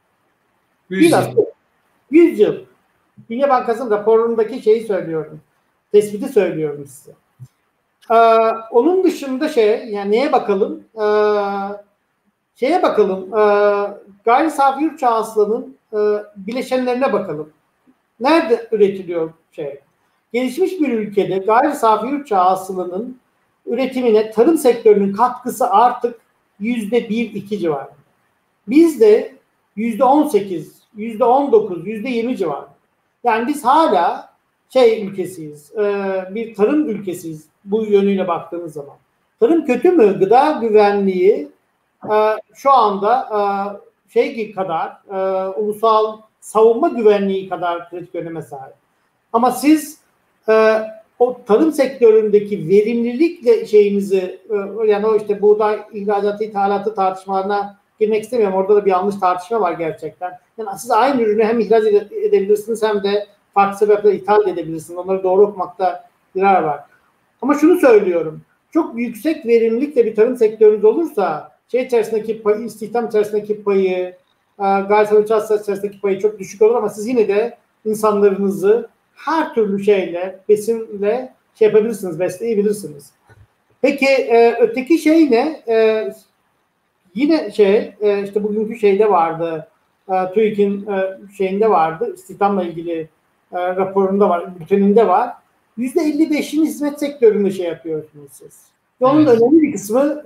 100 yıl. Dünya Bankası'nın raporundaki şeyi söylüyorum. Tespiti söylüyorum size. Onun dışında yani neye bakalım? Şeye bakalım. Gayri safi yurt içi hasılanın bileşenlerine bakalım. Nerede üretiliyor Gelişmiş bir ülkede gayri safi yurt içi hasılanın üretimine tarım sektörünün katkısı artık %1-2 civarında. Bizde %18, %19, %20 civarında. Yani biz hala ülkesiyiz. Bir tarım ülkesiyiz bu yönüyle baktığınız zaman. Tarım kötü mü? Gıda güvenliği şu anda kadar ulusal savunma güvenliği kadar kritik öneme sahip. Ama siz o tarım sektöründeki verimlilikle yani o buğday ihracatı ithalatı tartışmalarına girmek istemiyorum. Orada da bir yanlış tartışma var gerçekten. Yani siz aynı ürünü hem ihraç edebilirsiniz hem de farklı sebeplerle ithal edebilirsiniz. Onları doğru okumakta yarar var. Ama şunu söylüyorum. Çok yüksek verimlilikle bir tarım sektörünüz olursa içerisindeki payı, istihdam içerisindeki payı, gayri safi içerisindeki payı çok düşük olur ama siz yine de insanlarınızı her türlü besinle yapabilirsiniz, besleyebilirsiniz. Peki öteki ne? Yine bugünkü vardı, TÜİK'in şeyinde vardı, istihdamla ilgili raporunda var, bülteninde var. %55'in hizmet sektöründe yapıyorsunuz siz. Onun önemli bir kısmı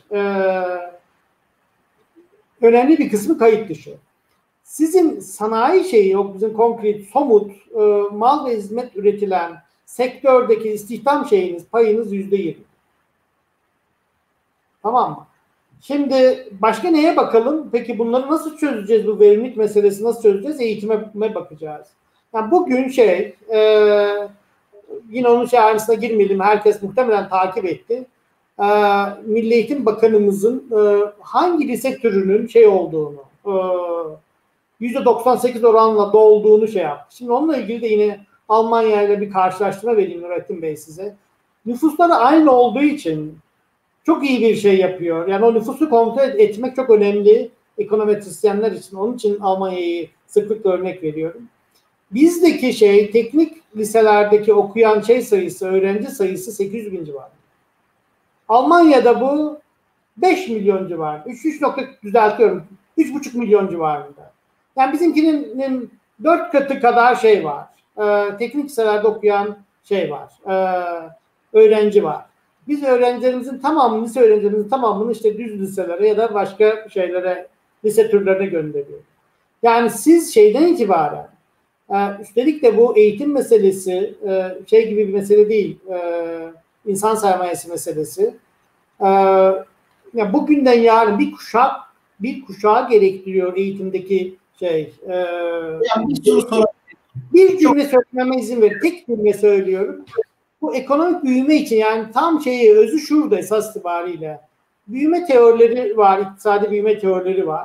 önemli bir kısmı kayıt dışı. Sizin sanayi bizim konkret, somut mal ve hizmet üretilen sektördeki istihdam payınız %20. Tamam mı? Şimdi başka neye bakalım? Peki bunları nasıl çözeceğiz? Bu verimlilik meselesi nasıl çözeceğiz? Eğitime bakacağız. Yani bugün yine onun ayrıntısına girmeyelim. Herkes muhtemelen takip etti. Milli Eğitim Bakanımızın hangi lise türünün olduğunu, %98 oranla dolduğunu yaptı. Şimdi onunla ilgili de yine Almanya ile bir karşılaştırma vereyim Nurettin Bey size. Nüfusları aynı olduğu için çok iyi bir yapıyor. Yani o nüfusu kontrol etmek çok önemli ekonometrisyenler için. Onun için Almanya'yı sıklıkla örnek veriyorum. Bizdeki teknik liselerdeki okuyan sayısı, öğrenci sayısı 800 bin civarında. Almanya'da bu 5 milyon civarında. 3,5 milyon civarında. Yani bizimkinin 4 katı kadar var. Teknik liselerde okuyan var. Öğrenci var. Biz lise öğrencilerimizin tamamını düz liselere ya da başka lise türlerine gönderiyoruz. Yani siz itibaren üstelik de bu eğitim meselesi gibi bir mesele değil. İnsan sermayesi meselesi. Yani bugünden yarın bir kuşağı gerektiriyor eğitimdeki bir cümle söylememe izin verin. Tek cümle söylüyorum. Bu ekonomik büyüme için yani tam özü şurada esas itibariyle. Büyüme teorileri var, iktisadi büyüme teorileri var.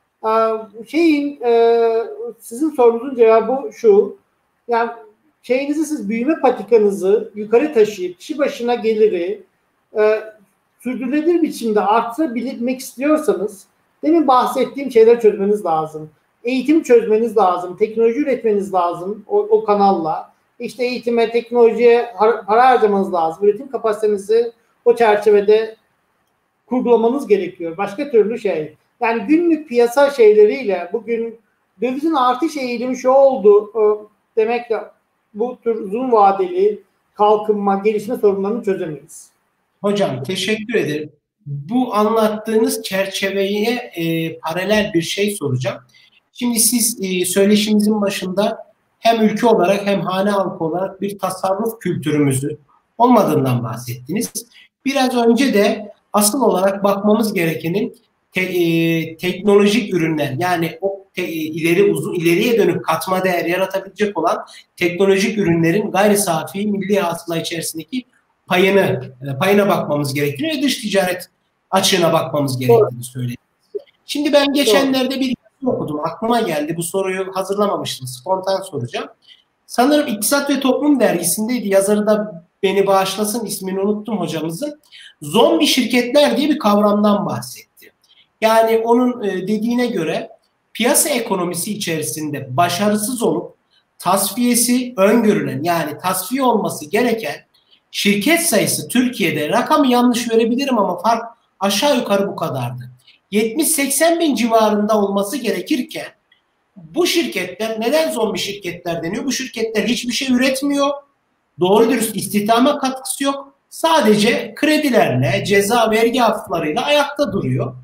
Sizin sorunuzun cevabı şu. Yani siz büyüme patikanızı yukarı taşıyıp kişi başına geliri sürdürülebilir biçimde arttırabilmek istiyorsanız demin bahsettiğim şeyleri çözmeniz lazım. Eğitim çözmeniz lazım. Teknoloji üretmeniz lazım o kanalla. Eğitime, teknolojiye para harcamanız lazım. Üretim kapasitenizi o çerçevede kurgulamanız gerekiyor. Başka türlü yani günlük piyasa şeyleriyle bugün dövizin artış eğilimi oldu demekle bu tür uzun vadeli kalkınma, gelişme sorunlarını çözemeyiz. Hocam teşekkür ederim. Bu anlattığınız çerçeveye paralel bir soracağım. Şimdi siz söyleşimizin başında hem ülke olarak hem hane halkı olarak bir tasarruf kültürümüzü olmadığından bahsettiniz. Biraz önce de asıl olarak bakmamız gerekenin teknolojik ürünler, yani o ileriye dönük katma değer yaratabilecek olan teknolojik ürünlerin gayri safi milli hasıla içerisindeki payına bakmamız gerektiğini ve dış ticaret açığına bakmamız gerektiğini söyledi. Şimdi ben geçenlerde bir yazı okudum. Aklıma geldi. Bu soruyu hazırlamamıştım. Spontan soracağım. Sanırım İktisat ve Toplum dergisindeydi. Yazarı da beni bağışlasın, ismini unuttum hocamızın. Zombi şirketler diye bir kavramdan bahsetti. Yani onun dediğine göre piyasa ekonomisi içerisinde başarısız olup tasfiyesi öngörülen, yani tasfiye olması gereken şirket sayısı Türkiye'de, rakamı yanlış verebilirim ama fark aşağı yukarı bu kadardı. 70-80 bin civarında olması gerekirken bu şirketler, neden zombi şirketler deniyor? Bu şirketler hiçbir şey üretmiyor. Doğru dürüst istihdama katkısı yok. Sadece kredilerle, ceza, vergi afflarıyla ayakta duruyor.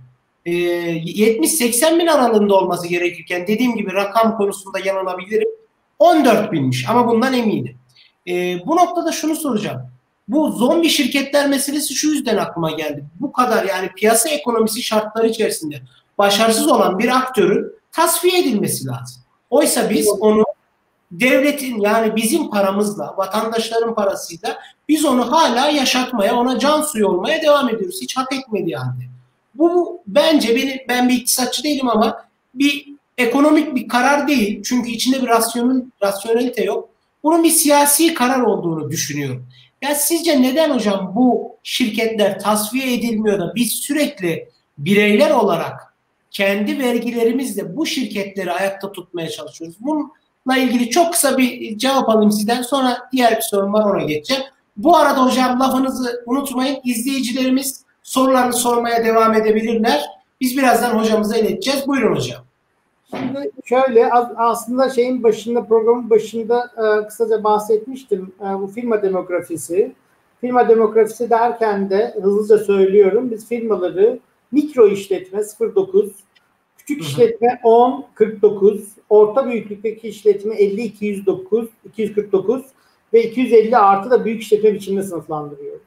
70-80 bin aralığında olması gerekirken, dediğim gibi rakam konusunda yanılabilirim, 14 binmiş ama bundan eminim. Bu noktada şunu soracağım. Bu zombi şirketler meselesi şu yüzden aklıma geldi. Bu kadar, yani piyasa ekonomisi şartları içerisinde başarısız olan bir aktörün tasfiye edilmesi lazım. Oysa biz onu devletin, yani bizim paramızla, vatandaşların parasıyla biz onu hala yaşatmaya, ona can suyu olmaya devam ediyoruz. Hiç hak etmediği halde. Bu bence, ben bir iktisatçı değilim ama bir ekonomik bir karar değil. Çünkü içinde bir rasyonelite yok. Bunun bir siyasi karar olduğunu düşünüyorum. Ya sizce neden hocam bu şirketler tasfiye edilmiyor da biz sürekli bireyler olarak kendi vergilerimizle bu şirketleri ayakta tutmaya çalışıyoruz? Bununla ilgili çok kısa bir cevap alayım sizden, sonra diğer bir sorum var, ona geçeceğim. Bu arada hocam lafınızı unutmayın, izleyicilerimiz sorularını sormaya devam edebilirler. Biz birazdan hocamıza ileteceğiz. Buyurun hocam. Şimdi şöyle, aslında programın başında kısaca bahsetmiştim. Bu firma demografisi. Firma demografisi derken de hızlıca söylüyorum. Biz firmaları mikro işletme 0.9, küçük işletme 10.49, orta büyüklükteki işletme 249 ve 250 artı da büyük işletme biçiminde sınıflandırıyoruz.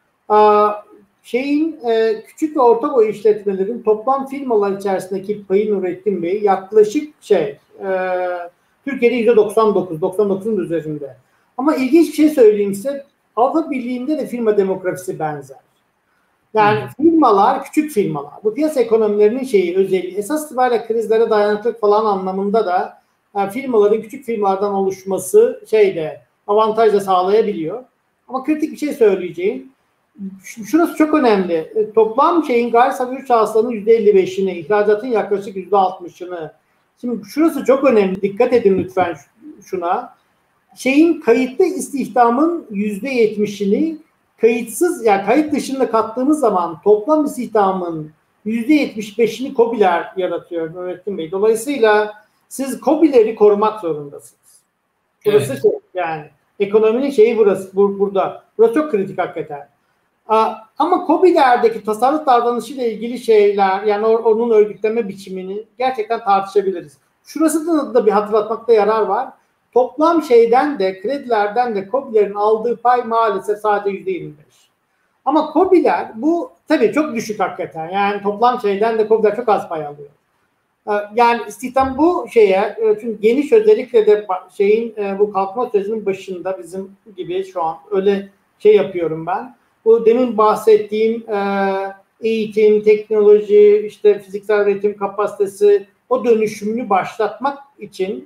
Küçük ve orta boy işletmelerin toplam firmalar içerisindeki payı Nurettin Bey yaklaşık Türkiye'de %99'un üzerinde. Ama ilginç bir şey söyleyeyim size, Avrupa Birliği'nde de firma demografisi benzer. Yani firmalar, küçük firmalar, bu piyasa ekonomilerinin özelliği, esas itibariyle krizlere dayanıklılık falan anlamında da firmaların küçük firmalardan oluşması avantaj da sağlayabiliyor. Ama kritik bir şey söyleyeceğim. Şurası çok önemli. Toplam gayri safi iç hasılanın %55'ini, ihracatın yaklaşık %60'ını. Şimdi şurası çok önemli. Dikkat edin lütfen şuna. Kayıtlı istihdamın %70'ini kayıtsız, yani kayıt dışında kattığımız zaman toplam istihdamın %75'ini KOBİ'ler yaratıyor Nurettin Bey. Dolayısıyla siz KOBİ'leri korumak zorundasınız. Burası evet. Yani ekonominin burası burada. Burası çok kritik hakikaten. Ama KOBİ'lerdeki tasarruf davranışıyla ilgili şeyler, yani onun örgütleme biçimini gerçekten tartışabiliriz. Şurası da bir hatırlatmakta yarar var. Toplam kredilerden de KOBİ'lerin aldığı pay maalesef sadece %25. Ama KOBİ'ler, bu tabii çok düşük hakikaten. Yani toplam de KOBİ'ler çok az pay alıyor. Yani istihdam çünkü geniş, özellikle de bu kalkınma sürecinin başında bizim gibi şu an öyle yapıyorum ben. Bu demin bahsettiğim eğitim, teknoloji, fiziksel üretim kapasitesi, o dönüşümünü başlatmak için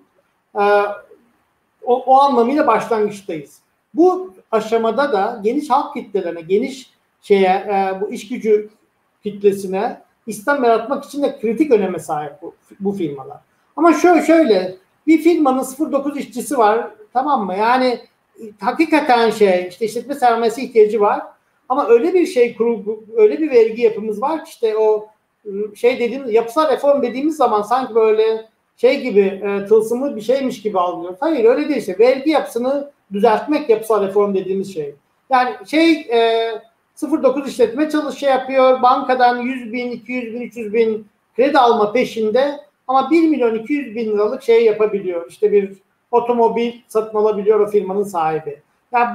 o anlamıyla başlangıçtayız. Bu aşamada da geniş halk kitlelerine, geniş bu iş gücü kitlesine istihdam yaratmak için de kritik öneme sahip bu firmalar. Ama şöyle bir firmanın 0.9 işçisi var, tamam mı? Yani hakikaten işletme sermayesi ihtiyacı var. Ama öyle bir öyle bir vergi yapımız var ki o dediğimiz yapısal reform dediğimiz zaman sanki böyle gibi tılsımlı bir şeymiş gibi algılıyoruz. Hayır, öyle değil. Vergi yapısını düzeltmek yapısal reform dediğimiz şey. Yani 0.9 işletme yapıyor. Bankadan 100 bin, 200 bin, 300 bin kredi alma peşinde ama 1 milyon 200 bin liralık yapabiliyor. Bir otomobil satın alabiliyor o firmanın sahibi. Yani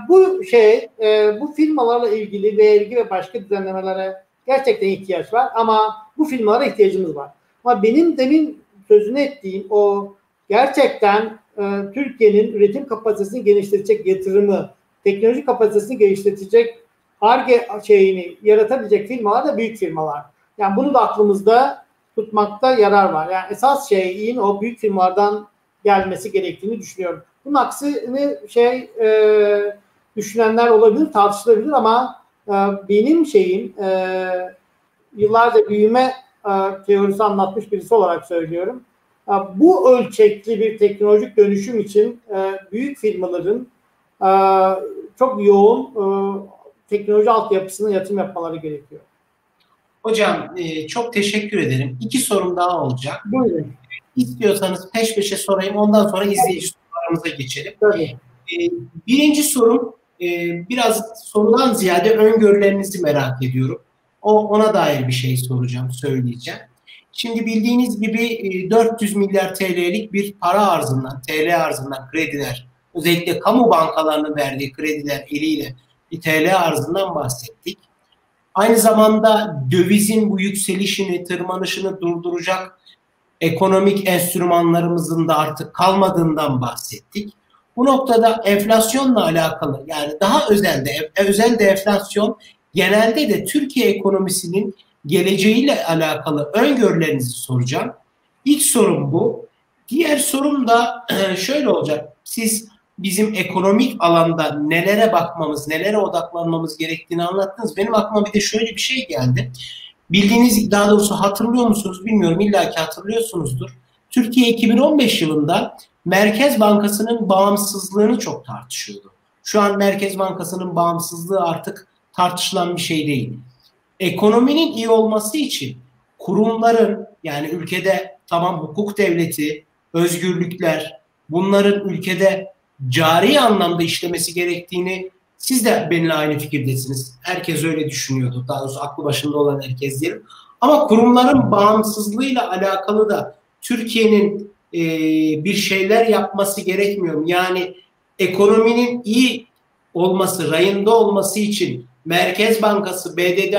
bu firmalarla ilgili vergi ve başka düzenlemelere gerçekten ihtiyaç var ama bu firmalara ihtiyacımız var. Ama benim demin sözünü ettiğim o gerçekten Türkiye'nin üretim kapasitesini geliştirecek yatırımı, teknoloji kapasitesini geliştirecek Ar-Ge şeyini yaratabilecek firmalar da büyük firmalar. Yani bunu da aklımızda tutmakta yarar var. Yani esas şeyin o büyük firmalardan gelmesi gerektiğini düşünüyorum. Bunun aksini düşünenler olabilir, tartışılabilir ama benim yıllarca büyüme teorisi anlatmış birisi olarak söylüyorum. Bu ölçekli bir teknolojik dönüşüm için büyük firmaların çok yoğun teknoloji altyapısına yatırım yapmaları gerekiyor. Hocam çok teşekkür ederim. 2 sorum daha olacak. Buyurun. İstiyorsanız peş peşe sorayım. Ondan sonra izleyici sorularımıza geçelim. Tabii. Birinci sorum biraz sorudan ziyade öngörülerinizi merak ediyorum. Ona dair bir şey soracağım, söyleyeceğim. Şimdi bildiğiniz gibi 400 milyar TL'lik bir para arzından, TL arzından krediler, özellikle kamu bankalarının verdiği krediler eliyle bir TL arzından bahsettik. Aynı zamanda dövizin bu yükselişini, tırmanışını durduracak ekonomik enstrümanlarımızın da artık kalmadığından bahsettik. Bu noktada enflasyonla alakalı, yani daha özelde enflasyon, genelde de Türkiye ekonomisinin geleceğiyle alakalı öngörülerinizi soracağım. İlk sorum bu. Diğer sorum da şöyle olacak. Siz bizim ekonomik alanda nelere bakmamız, nelere odaklanmamız gerektiğini anlattınız. Benim aklıma bir de şöyle bir şey geldi. Bildiğiniz, daha doğrusu hatırlıyor musunuz bilmiyorum, illaki hatırlıyorsunuzdur. Türkiye 2015 yılında Merkez Bankası'nın bağımsızlığını çok tartışıyordu. Şu an Merkez Bankası'nın bağımsızlığı artık tartışılan bir şey değil. Ekonominin iyi olması için kurumların, yani ülkede tamam hukuk devleti, özgürlükler, bunların ülkede cari anlamda işlemesi gerektiğini, siz de benimle aynı fikirdesiniz. Herkes öyle düşünüyordu. Daha doğrusu aklı başında olan herkes diyelim. Ama kurumların bağımsızlığıyla alakalı da Türkiye'nin bir şeyler yapması gerekmiyor mu? Yani ekonominin iyi olması, rayında olması için Merkez Bankası,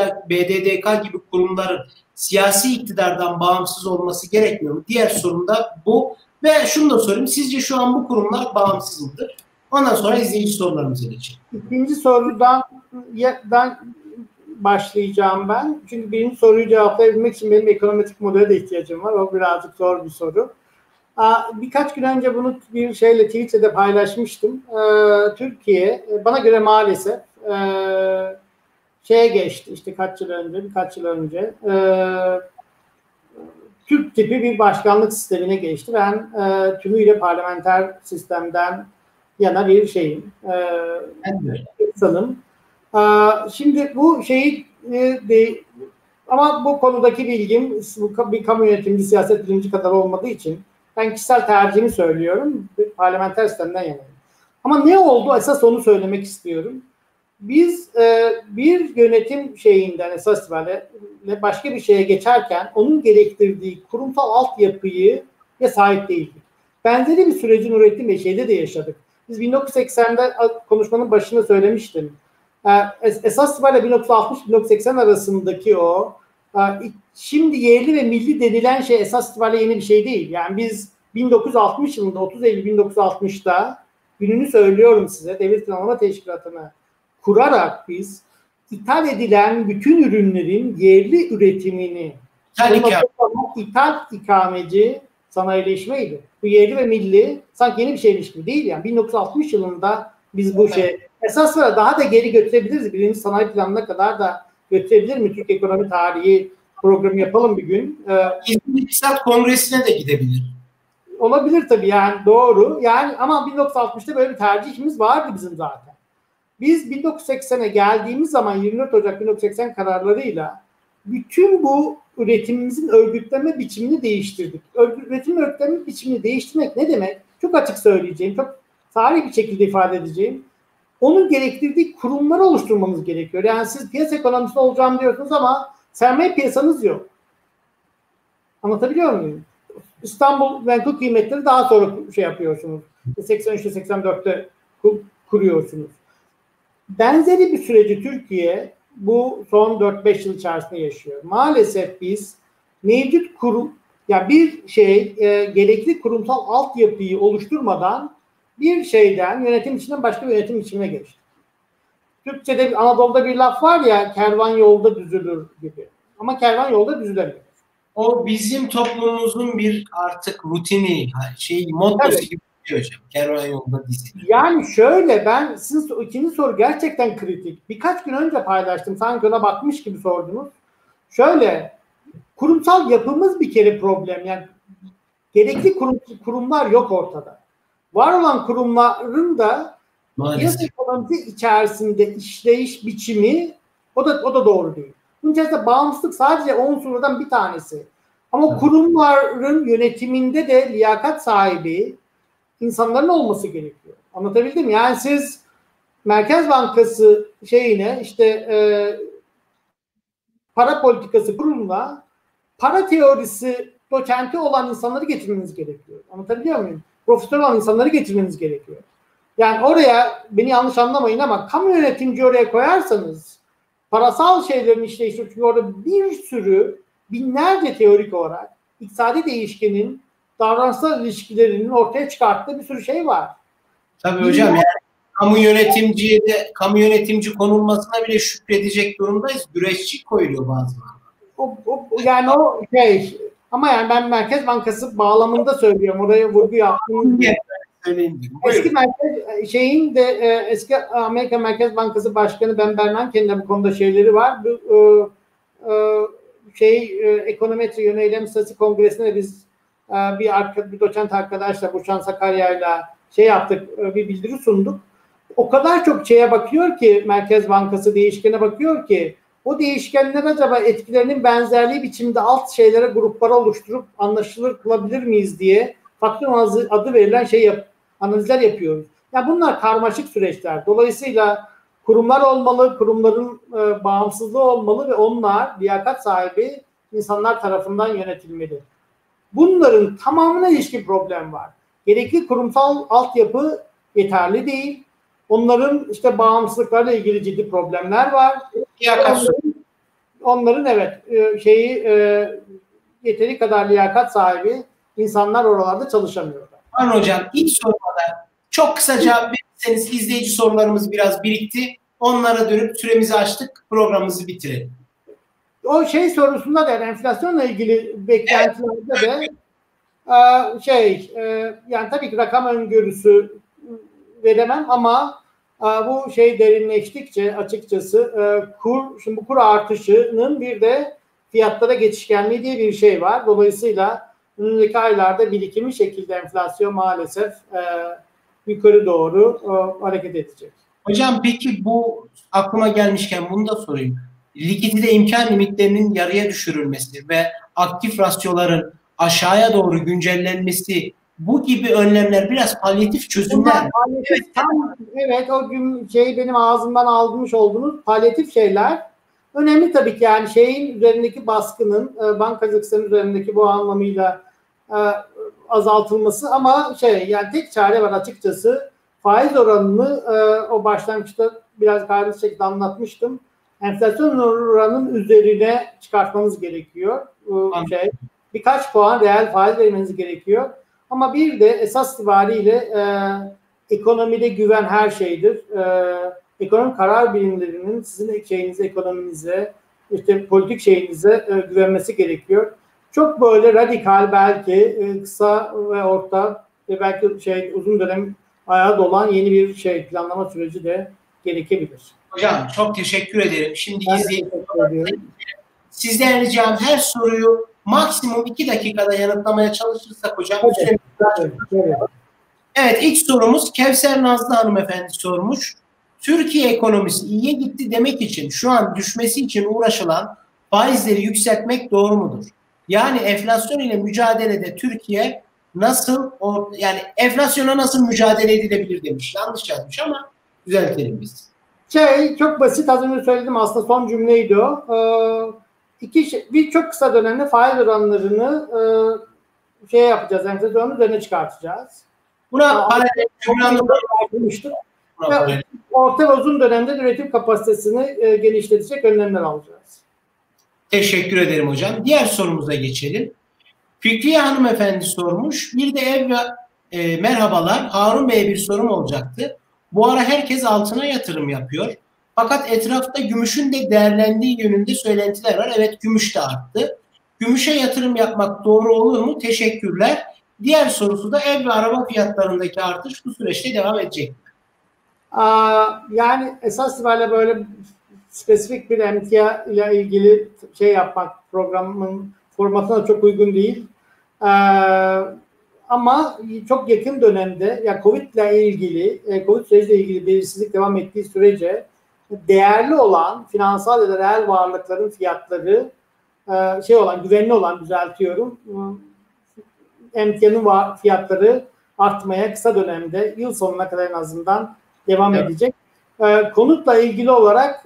BDDK gibi kurumların siyasi iktidardan bağımsız olması gerekmiyor mu? Diğer sorum da bu. Ve şunu da sorayım. Sizce şu an bu kurumlar bağımsız mıdır? Ondan sonra izleyici sorularımıza geçelim. İkinci sorudan başlayacağım ben. Çünkü birinci soruyu cevaplayabilmek için benim ekonometrik modele de ihtiyacım var. O birazcık zor bir soru. Birkaç gün önce bunu bir Twitter'da paylaşmıştım. Türkiye bana göre maalesef geçti işte birkaç yıl önce Türk tipi bir başkanlık sistemine geçti. Ben tümüyle parlamenter sistemden yana bir insanım. Şimdi bu ama bu konudaki bilgim bir kamu yönetimci, siyaset bilimci kadar olmadığı için ben kişisel tercihimi söylüyorum. Parlamenter sistemden yanayım. Ama ne oldu? Esas onu söylemek istiyorum. Biz bir yönetim esas itibariyle başka bir şeye geçerken onun gerektirdiği kurumsal altyapıyı sahip değildik. Benzeri bir süreci Nurettin Bey de yaşadık. Biz 1980'de konuşmanın başında söylemiştim. Esas itibariyle 1960-1980 arasındaki şimdi yerli ve milli denilen esas itibariyle yeni bir şey değil. Yani biz 1960 yılında 30 Eylül 1960'da gününü söylüyorum size, Devlet Planlama Teşkilatı'nı kurarak biz ithal edilen bütün ürünlerin yerli üretimini ithal ikameci sanayileşmeydi. Bu yerli ve milli sanki yeni bir şeymiş gibi değil yani. 1960 yılında biz bu esas var, daha da geri götürebiliriz. Birinci sanayi planına kadar da götürebilir mi? Türk ekonomi tarihi programı yapalım bir gün. İzmir İktisat Kongresi'ne de gidebilir. Olabilir tabii yani, doğru. Yani ama 1960'ta böyle bir tercihimiz vardı bizim zaten. Biz 1980'e geldiğimiz zaman 24 Ocak 1980 kararlarıyla bütün bu üretimimizin örgütleme biçimini değiştirdik. Üretim örgütleme biçimini değiştirmek ne demek? Çok açık söyleyeceğim, çok sarih bir şekilde ifade edeceğim. Onun gerektirdiği kurumları oluşturmamız gerekiyor. Yani siz piyasa ekonomisi olacağım diyorsunuz ama sermaye piyasanız yok. Anlatabiliyor muyum? İstanbul menkul kıymetleri daha sonra yapıyorsunuz. 83'te 84'te kuruyorsunuz. Benzeri bir süreci Türkiye bu son 4-5 yıl içerisinde yaşıyor. Maalesef biz mevcut gerekli kurumsal altyapıyı oluşturmadan bir şeyden yönetim içinden başka bir yönetim içine geçtik. Türkçe'de Anadolu'da bir laf var ya, kervan yolda düzülür gibi. Ama kervan yolda düzülemiyor. O bizim toplumumuzun bir artık rutini, mottosu Evet. gibi hocam. Kervan yolda dizilir. Yani şöyle, ben sizin ikinci soru gerçekten kritik. Birkaç gün önce paylaştım. Sanki ona bakmış gibi sordunuz. Şöyle, kurumsal yapımız bir kere problem. Yani gerekli kurumlar yok ortada. Var olan kurumların da piyasa ekonomisi içerisinde işleyiş biçimi o da doğru değil. Bunun içerisinde bağımsızlık sadece o unsurlardan bir tanesi. Ama kurumların yönetiminde de liyakat sahibi insanların olması gerekiyor. Anlatabildim mi? Yani siz Merkez Bankası para politikası kurumuna para teorisi doçenti olan insanları getirmeniz gerekiyor. Anlatabiliyor muyum? Profesör olan insanları getirmeniz gerekiyor. Yani oraya, beni yanlış anlamayın ama kamu yönetimci oraya koyarsanız parasal şeylerin işleyişi, çünkü orada bir sürü binlerce teorik olarak iktisadi değişkenin davranışsal ilişkilerinin ortaya çıkarttığı bir sürü şey var. Tabii hocam, yani kamu yönetimci konulmasına bile şükredecek durumdayız. Güreşçi koyuluyor bazen. Ama yani ben Merkez Bankası bağlamında söylüyorum. Oraya vurgu yaptım. Eski Amerika Merkez Bankası Başkanı Ben Bernanke'nin de bu konuda şeyleri var. Ekonometri Yöneylem Statü Kongresi'nde biz bir doçent arkadaşla Burçan Sakarya'yla yaptık, bir bildiri sunduk. O kadar çok şeye bakıyor ki, Merkez Bankası değişkene bakıyor ki, o değişkenler acaba etkilerinin benzerliği biçimde alt şeylere, gruplara oluşturup anlaşılır kılabilir miyiz diye faktör adı verilen analizler yapıyoruz. Yani bunlar karmaşık süreçler. Dolayısıyla kurumlar olmalı, kurumların bağımsızlığı olmalı ve onlar liyakat sahibi insanlar tarafından yönetilmeli. Bunların tamamına ilişkin problem var. Gerekli kurumsal altyapı yeterli değil. Onların bağımsızlıklarla ilgili ciddi problemler var. Onların yeteri kadar liyakat sahibi insanlar oralarda çalışamıyorlar. Hocam, ilk sorumda çok kısa cevap verirseniz izleyici sorularımız biraz birikti. Onlara dönüp süremizi açtık, programımızı bitirelim. O sorusunda da, enflasyonla ilgili beklentilerde de yani tabii ki rakam öngörüsü veremem ama bu derinleştikçe açıkçası şimdi bu kur artışının bir de fiyatlara geçişkenliği diye bir şey var. Dolayısıyla önümüzdeki aylarda birikimli şekilde enflasyon maalesef yukarı doğru hareket edecek. Hocam, peki bu aklıma gelmişken bunu da sorayım. Likidite imkan limitlerinin yarıya düşürülmesi ve aktif rasyoların aşağıya doğru güncellenmesi, bu gibi önlemler biraz palyatif çözümler. Evet, o gün benim ağzımdan almış olduğunuz palyatif şeyler önemli tabii ki, yani üzerindeki baskının bankacılık sistemi üzerindeki bu anlamıyla azaltılması, ama yani tek çare var açıkçası, faiz oranını o başlangıçta biraz gayret şekilde anlatmıştım. Enflasyon oranının üzerine çıkartmanız gerekiyor. Birkaç puan reel faiz vermeniz gerekiyor. Ama bir de esas itibariyle ekonomide güven her şeydir. Ekonomik karar birimlerinin sizin ekonominize, politik güvenmesi gerekiyor. Çok böyle radikal, belki kısa ve orta ve belki uzun dönem ayağı dolan yeni bir planlama süreci de gerekebilir. Hocam, çok teşekkür ederim. Şimdi sizden ricam, her soruyu maksimum 2 dakikada yanıtlamaya çalışırsak hocam. Evet, ilk sorumuz Kevser Nazlı hanımefendi sormuş. Türkiye ekonomisi iyiye gitti demek için şu an düşmesi için uğraşılan faizleri yükseltmek doğru mudur? Yani enflasyon ile mücadelede Türkiye enflasyona nasıl mücadele edilebilir demiş. Yanlış yazmış ama düzeltelim biz. Çok basit, az önce söyledim aslında, son cümleydi o. Bir çok kısa dönemde faiz oranlarını yapacağız, enflasyonun üzerine çıkartacağız. Buna paralel Ve orta ve uzun dönemde üretim kapasitesini genişletecek önlemler alacağız. Teşekkür ederim hocam. Diğer sorumuza geçelim. Fikriye hanımefendi sormuş. Bir de merhabalar. Harun Bey'e bir sorum olacaktı. Bu ara herkes altına yatırım yapıyor. Fakat etrafta gümüşün de değerlendiği yönünde söylentiler var. Evet, gümüş de arttı. Gümüşe yatırım yapmak doğru olur mu? Teşekkürler. Diğer sorusu da ev ve araba fiyatlarındaki artış bu süreçte devam edecek mi? Yani esas itibariyle böyle spesifik bir emtia ile ilgili şey yapmak programın formatına çok uygun değil. Ama çok yakın dönemde ya Covid ile ilgili, Covid süreciyle ilgili belirsizlik devam ettiği sürece değerli olan finansal ya da reel varlıkların fiyatları güvenli olan düzeltiyorum. Emtianın fiyatları artmaya kısa dönemde yıl sonuna kadar en azından devam edecek. Konutla ilgili olarak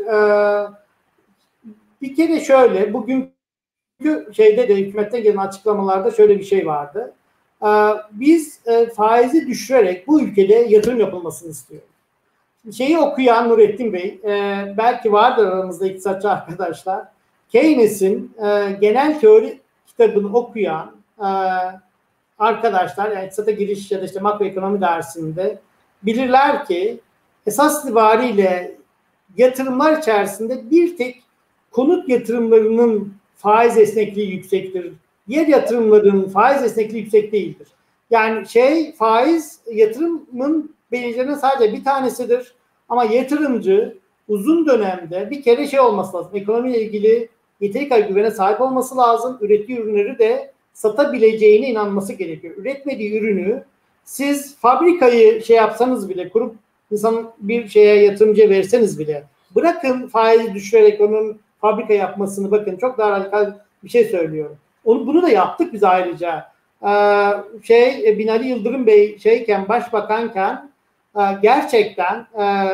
bir kere şöyle, bugünkü şeyde de hükümetten gelen açıklamalarda şöyle bir şey vardı. Biz faizi düşürerek bu ülkede yatırım yapılmasını istiyoruz. Şeyi okuyan Nurettin Bey, belki vardır aramızda iktisatçı arkadaşlar, Keynes'in genel teori kitabını okuyan arkadaşlar, yani iktisata giriş ya da işte makroekonomi dersinde bilirler ki esas itibariyle yatırımlar içerisinde bir tek konut yatırımlarının faiz esnekliği yüksektir. Diğer yatırımların faiz esnekliği yüksek değildir. Yani faiz yatırımın belirlenen sadece bir tanesidir. Ama yatırımcı uzun dönemde bir kere olması lazım. Ekonomiyle ilgili yeteri kadar güvene sahip olması lazım. Ürettiği ürünleri de satabileceğine inanması gerekiyor. Üretmediği ürünü siz fabrikayı yapsanız bile, kurup insan bir yatırımcıya verseniz bile, bırakın faizi düşürerek onun fabrika yapmasını, bakın çok daha radikal bir şey söylüyorum. Bunu da yaptık biz ayrıca. Binali Yıldırım Bey başbakanken gerçekten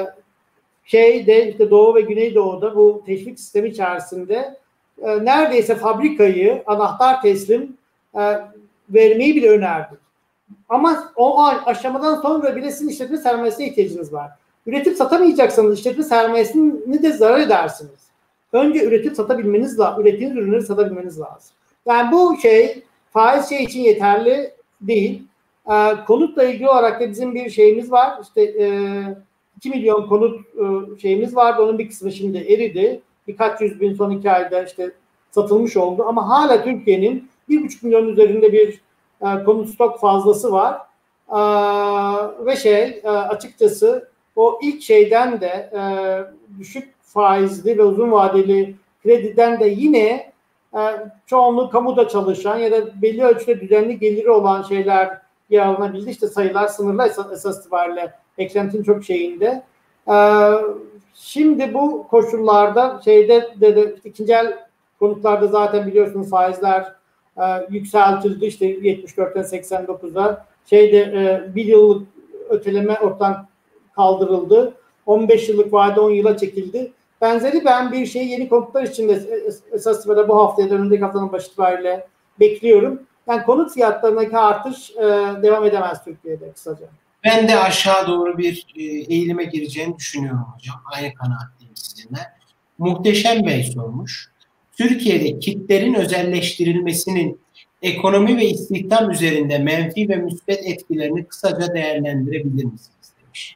işte Doğu ve Güneydoğu'da bu teşvik sistemi içerisinde neredeyse fabrikayı anahtar teslim vermeyi bile önerdik. Ama o aşamadan sonra bile sizin işletme sermayesine ihtiyacınız var. Üretip satamayacaksanız işletme sermayesini de zarar edersiniz. Önce üretip satabilmeniz lazım. Ürettiğiniz ürünleri satabilmeniz lazım. Yani bu faiz için yeterli değil. Konutla ilgili olarak da bizim bir şeyimiz var. İşte 2 milyon konut şeyimiz vardı. Onun bir kısmı şimdi eridi. Birkaç yüz bin son 2 ayda satılmış oldu. Ama hala Türkiye'nin 1,5 milyon üzerinde bir konut stok fazlası var. Ve açıkçası o ilk de düşük faizli ve uzun vadeli krediden de yine çoğunluğu kamuda çalışan ya da belli ölçüde düzenli geliri olan şeyler yer alınabildi. İşte sayılar sınırlı esas itibariyle eklentinin çok şeyinde. Şimdi bu koşullarda ikinci el konutlarda zaten biliyorsunuz faizler yükseltildi. İşte 74'ten 89'a bir yıllık öteleme ortadan kaldırıldı. 15 yıllık vade 10 yıla çekildi. Benzeri ben bir yeni konutlar için de esas itibariyle bu haftaya da önümüzdeki haftanın başı itibariyle bekliyorum. Yani konut fiyatlarındaki artış devam edemez Türkiye'de kısaca. Ben de aşağı doğru bir eğilime gireceğini düşünüyorum hocam. Aynı kanaatteyim sizinle. Muhteşem Bey sormuş. Türkiye'de kitlerin özelleştirilmesinin ekonomi ve istihdam üzerinde menfi ve müsbet etkilerini kısaca değerlendirebilir misiniz demiş.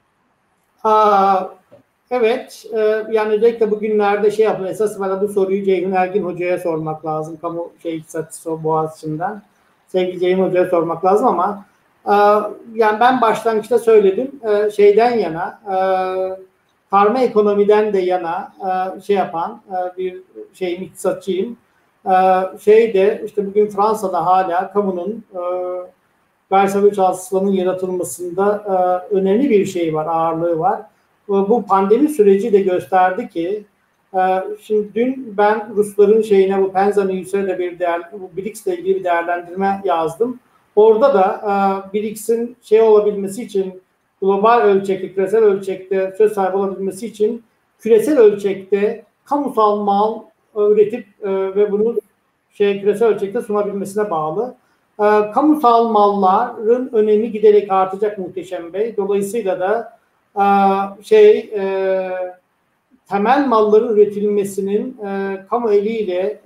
Evet. Yani özellikle bugünlerde esas var bu soruyu Ceyhun Ergin Hoca'ya sormak lazım. Kamu iktisatçısı Boğaziçi'nden. Sevgili Ceyhun Hoca'ya sormak lazım ama yani ben başlangıçta söyledim. Karma ekonomiden de yana yapan bir iktisatçıyım. İşte bugün Fransa'da hala kamunun Versailles Hasılası'nın yaratılmasında önemli bir var, ağırlığı var. Bu pandemi süreci de gösterdi ki şimdi dün ben Rusların bu Penzaneyus'a bu BRICS'le ilgili bir değerlendirme yazdım. Orada da BRICS'in olabilmesi için global ölçekte, küresel ölçekte söz sahibi olabilmesi için küresel ölçekte kamusal mal üretip ve bunu küresel ölçekte sunabilmesine bağlı. Kamusal malların önemi giderek artacak Muhteşem Bey. Dolayısıyla da temel malların üretilmesinin kamu eliyle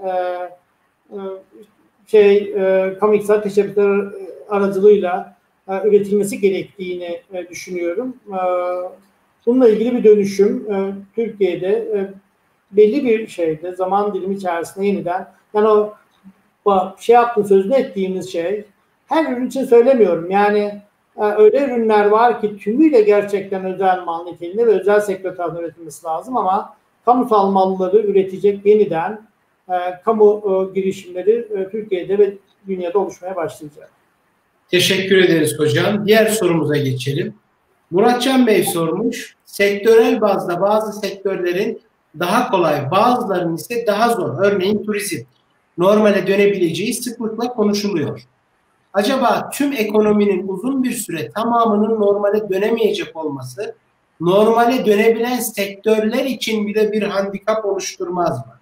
kamu iktisat teşebbüsleri aracılığıyla üretilmesi gerektiğini düşünüyorum. Bununla ilgili bir dönüşüm Türkiye'de belli bir zaman dilimi içerisinde yeniden, yani o sözünü ettiğimiz şey, her ürün için söylemiyorum. Yani öyle ürünler var ki tümüyle gerçekten özel mal niteliğinde ve özel sektör tarafından üretilmesi lazım ama kamusal malları üretecek yeniden kamu girişimleri Türkiye'de ve dünyada oluşmaya başlayacak. Teşekkür ederiz hocam. Diğer sorumuza geçelim. Muratcan Bey sormuş. Sektörel bazda bazı sektörlerin daha kolay, bazılarının ise daha zor. Örneğin turizm. Normale dönebileceği sıklıkla konuşuluyor. Acaba tüm ekonominin uzun bir süre tamamının normale dönemeyecek olması, normale dönebilen sektörler için bile bir handikap oluşturmaz mı?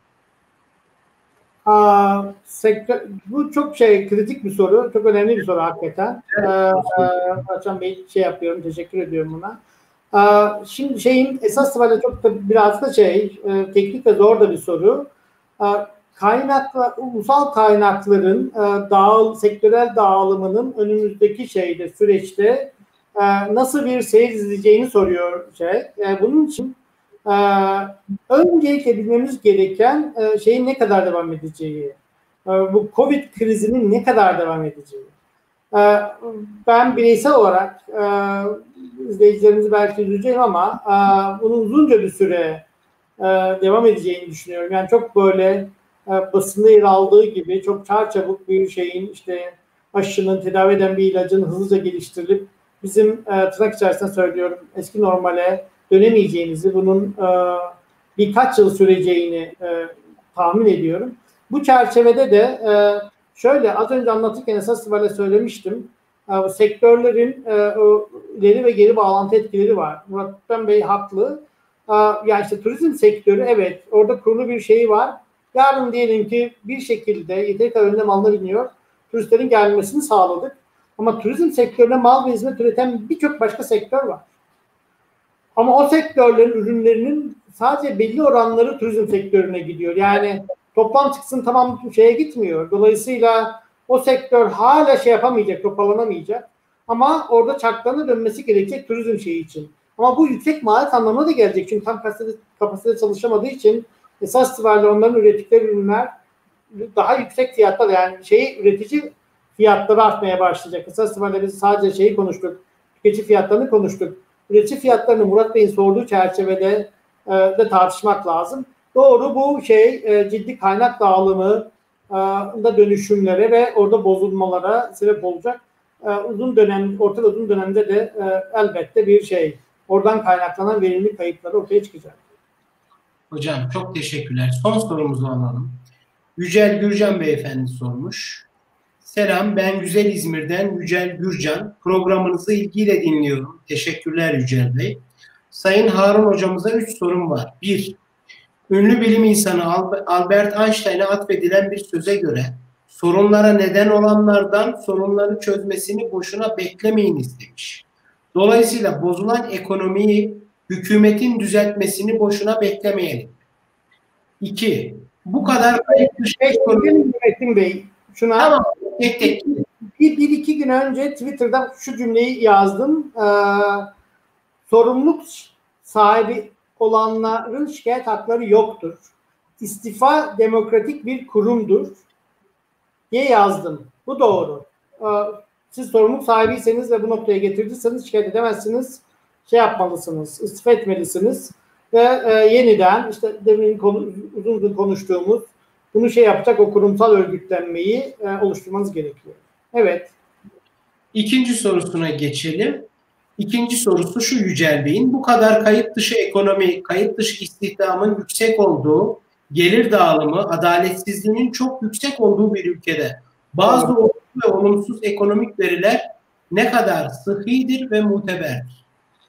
Bu çok kritik bir soru, çok önemli bir soru hakikaten. Hasan Bey yapıyorum, teşekkür ediyorum buna. Şimdi esas itibariyle çok da biraz da teknik ve zor da bir soru. Ulusal kaynakların sektörel dağılımının önümüzdeki süreçte nasıl bir seyir izleyeceğini soruyor bunun için öncelikle bilmemiz gereken ne kadar devam edeceği, bu Covid krizinin ne kadar devam edeceği. Ben bireysel olarak izleyicilerimizi belki üzüleceğim ama bunun uzunca bir süre devam edeceğini düşünüyorum. Yani çok böyle basında yer aldığı gibi çok çarçabuk bir aşının, tedavi eden bir ilacın hızlıca geliştirilip bizim tırnak içerisinde söylüyorum eski normale dönemeyeceğimizi, bunun birkaç yıl süreceğini tahmin ediyorum. Bu çerçevede de az önce anlatırken esas itibariyle söylemiştim. Sektörlerin ileri ve geri bağlantı etkileri var. Murat Bey haklı. Yani turizm sektörü, evet, orada kurulu bir var. Yarın diyelim ki bir şekilde yeteri kadar önlem alınabiliyor. Turistlerin gelmesini sağladık. Ama turizm sektörüne mal ve hizmet üreten birçok başka sektör var. Ama o sektörlerin ürünlerinin sadece belli oranları turizm sektörüne gidiyor. Yani toplam çıksın tamam gitmiyor. Dolayısıyla o sektör hala yapamayacak, toparlanamayacak. Ama orada çarklarına dönmesi gerekecek turizm için. Ama bu yüksek maliyet anlamına da gelecek. Çünkü tam kapasite çalışamadığı için esas itibariyle onların ürettikleri ürünler daha yüksek fiyatlar, yani üretici fiyatları artmaya başlayacak. Esas itibariyle biz sadece konuştuk. Tüketici fiyatlarını konuştuk. Üretici fiyatlarını Murat Bey'in sorduğu çerçevede de tartışmak lazım. Doğru, bu ciddi kaynak dağılımı da dönüşümlere ve orada bozulmalara sebep olacak. Orta ve uzun dönemde de elbette bir oradan kaynaklanan verimli kayıpları ortaya çıkacak. Hocam çok teşekkürler. Son sorumuzu alalım. Yücel Gürcan Beyefendi sormuş. Selam, ben Güzel İzmir'den Yücel Gürcan. Programınızı ilgiyle dinliyorum. Teşekkürler Yücel Bey. Sayın Harun hocamıza 3 sorum var. 1. Ünlü bilim insanı Albert Einstein'a atfedilen bir söze göre sorunlara neden olanlardan sorunları çözmesini boşuna beklemeyiniz demiş. Dolayısıyla bozulan ekonomiyi hükümetin düzeltmesini boşuna beklemeyelim. 2. Bu kadar kayıp dışı ekonomi... Metin Bey, şuna tamam, bir iki gün önce Twitter'da şu cümleyi yazdım. Sorumluluk sahibi olanların şikayet hakları yoktur. İstifa demokratik bir kurumdur diye yazdım. Bu doğru. Siz sorumluluk sahibiyseniz ve bu noktaya getirdiyseniz şikayet edemezsiniz. Yapmalısınız, istifa etmelisiniz ve yeniden demin uzun konuştuğumuz bunu yapacak o kurumsal örgütlenmeyi oluşturmanız gerekiyor. Evet. İkinci sorusuna geçelim. İkinci sorusu şu Yücel Bey'in. Bu kadar kayıt dışı ekonomi, kayıt dışı istihdamın yüksek olduğu, gelir dağılımı, adaletsizliğinin çok yüksek olduğu bir ülkede bazı olumsuz ve olumsuz ekonomik veriler ne kadar sıhhidir ve muteberdir?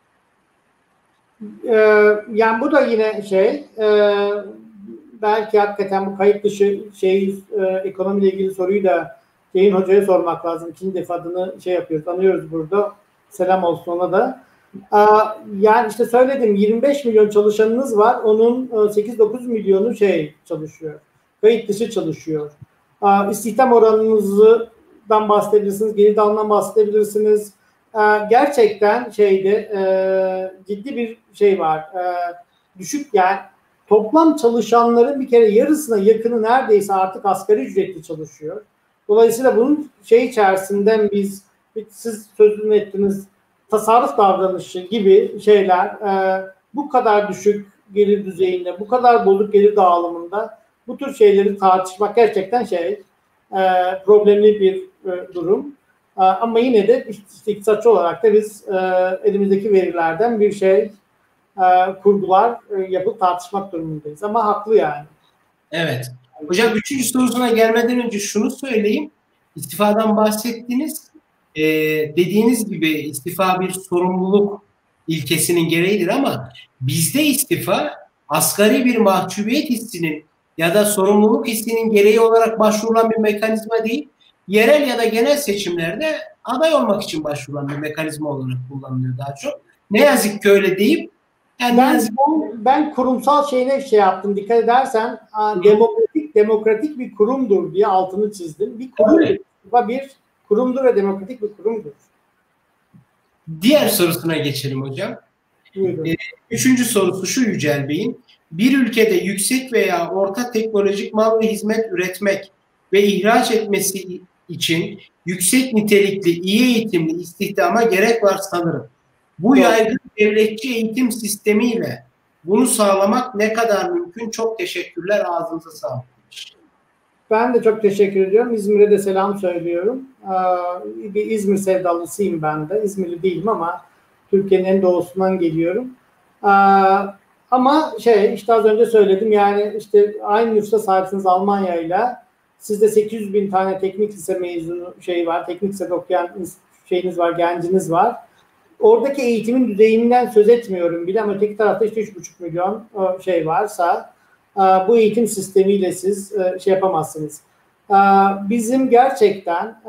Yani bu da yine belki hakikaten bu kayıt dışı ekonomiyle ilgili soruyu da Ceyhun Hoca'ya sormak lazım. İkinci defa adını yapıyoruz, anıyoruz burada. Selam olsun ona da. Yani işte söyledim, 25 milyon çalışanınız var. Onun 8-9 milyonu çalışıyor. Kayıt dışı çalışıyor. İstihdam oranınızdan bahsedebilirsiniz. Geri dağılımdan bahsedebilirsiniz. Gerçekten ciddi bir şey var. Düşük, yani toplam çalışanların bir kere yarısına yakını neredeyse artık asgari ücretli çalışıyor. Dolayısıyla bunun içerisinden siz sözünü ettiniz, tasarruf davranışı gibi şeyler, bu kadar düşük gelir düzeyinde, bu kadar bozuk gelir dağılımında bu tür şeyleri tartışmak gerçekten problemli bir durum. Ama yine de iktisatçı olarak da biz elimizdeki verilerden kurgular yapıp tartışmak durumundayız. Ama haklı yani. Evet. Hocam 3. sorusuna gelmeden önce şunu söyleyeyim. İstifadan bahsettiniz. Dediğiniz gibi istifa bir sorumluluk ilkesinin gereğidir ama bizde istifa asgari bir mahcubiyet hissinin ya da sorumluluk hissinin gereği olarak başvurulan bir mekanizma değil, yerel ya da genel seçimlerde aday olmak için başvurulan bir mekanizma olarak kullanılıyor daha çok. Ne yazık ki öyle deyip ben kurumsal şeyine yaptım. Dikkat edersen demokratik bir kurumdur diye altını çizdim. Bir kurumdur. Evet. Bir kurumdur ve demokratik bir kurumdur. Diğer sorusuna geçelim hocam. Üçüncü sorusu şu Yücel Bey'in. Bir ülkede yüksek veya orta teknolojik mal ve hizmet üretmek ve ihraç etmesi için yüksek nitelikli, iyi eğitimli istihdama gerek var sanırım. Bu yaygın devletçi eğitim sistemiyle bunu sağlamak ne kadar mümkün? Çok teşekkürler. Ağzınıza sağlık. Ben de çok teşekkür ediyorum. İzmir'e de selam söylüyorum. Bir İzmir sevdalısıyım ben de. İzmirli değilim ama Türkiye'nin en doğusundan geliyorum. Ama işte az önce söyledim, yani işte aynı nüfusa sahipsiniz Almanya'yla. Sizde 800 bin tane teknik lise mezunu var. Teknik lisede okuyan var, genciniz var. Oradaki eğitimin düzeyinden söz etmiyorum bile ama öteki tarafta işte 3,5 milyon varsa bu eğitim sistemiyle siz yapamazsınız. Bizim gerçekten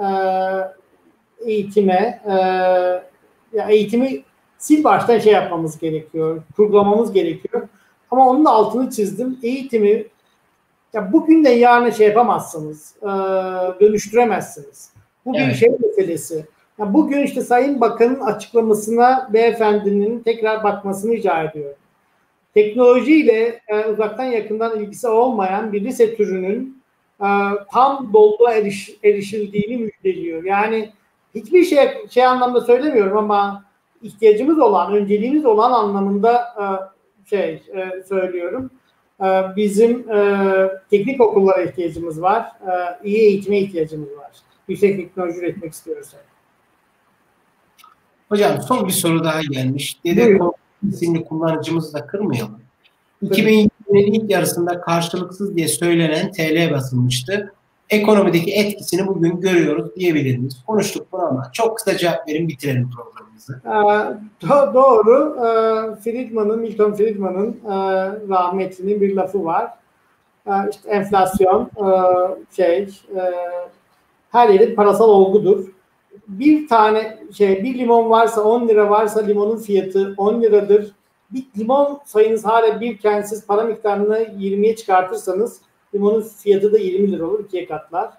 eğitimi sil baştan yapmamız gerekiyor, kurgulamamız gerekiyor. Ama onun da altını çizdim. Eğitimi bugünden yarına yapamazsınız, dönüştüremezsiniz. Bu bir meselesi. Bugün işte Sayın Bakan'ın açıklamasına beyefendinin tekrar bakmasını rica ediyorum. Teknolojiyle uzaktan yakından ilgisi olmayan bir lise türünün tam doluluğa erişildiğini müjdeliyor. Yani hiçbir şey anlamda söylemiyorum ama ihtiyacımız olan, önceliğimiz olan anlamında söylüyorum. Bizim teknik okullara ihtiyacımız var. İyi eğitime ihtiyacımız var. Yüksek teknoloji üretmek istiyorsak. Hocam son bir soru daha gelmiş. Dede isimli kullanıcımızı da kırmayalım. 2020'nin ilk yarısında karşılıksız diye söylenen TL basılmıştı. Ekonomideki etkisini bugün görüyoruz diyebilir miyiz? Konuştuk bunu ama çok kısa cevap verin, bitirelim programımızı. Doğru. Milton Friedman'ın rahmetlinin bir lafı var. İşte enflasyon her yerin parasal olgudur. Bir tane bir limon varsa 10 lira varsa limonun fiyatı 10 liradır. Bir limon sayınız hala birken siz para miktarını 20'ye çıkartırsanız limonun fiyatı da 20 lira olur, 2'ye katlar.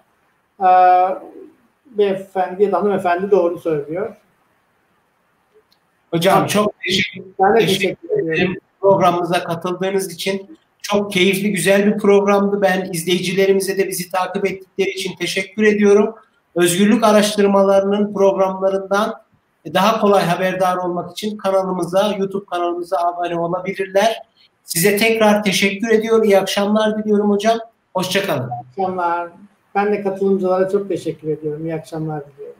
Beyefendi ya da hanımefendi doğru söylüyor. Hocam çok teşekkür ederim programımıza katıldığınız için. Çok keyifli, güzel bir programdı. Ben izleyicilerimize de bizi takip ettikleri için teşekkür ediyorum. Özgürlük araştırmalarının programlarından daha kolay haberdar olmak için YouTube kanalımıza abone olabilirler. Size tekrar teşekkür ediyorum. İyi akşamlar diliyorum hocam. Hoşça kalın. İyi akşamlar. Ben de katılımcılara çok teşekkür ediyorum. İyi akşamlar diliyorum.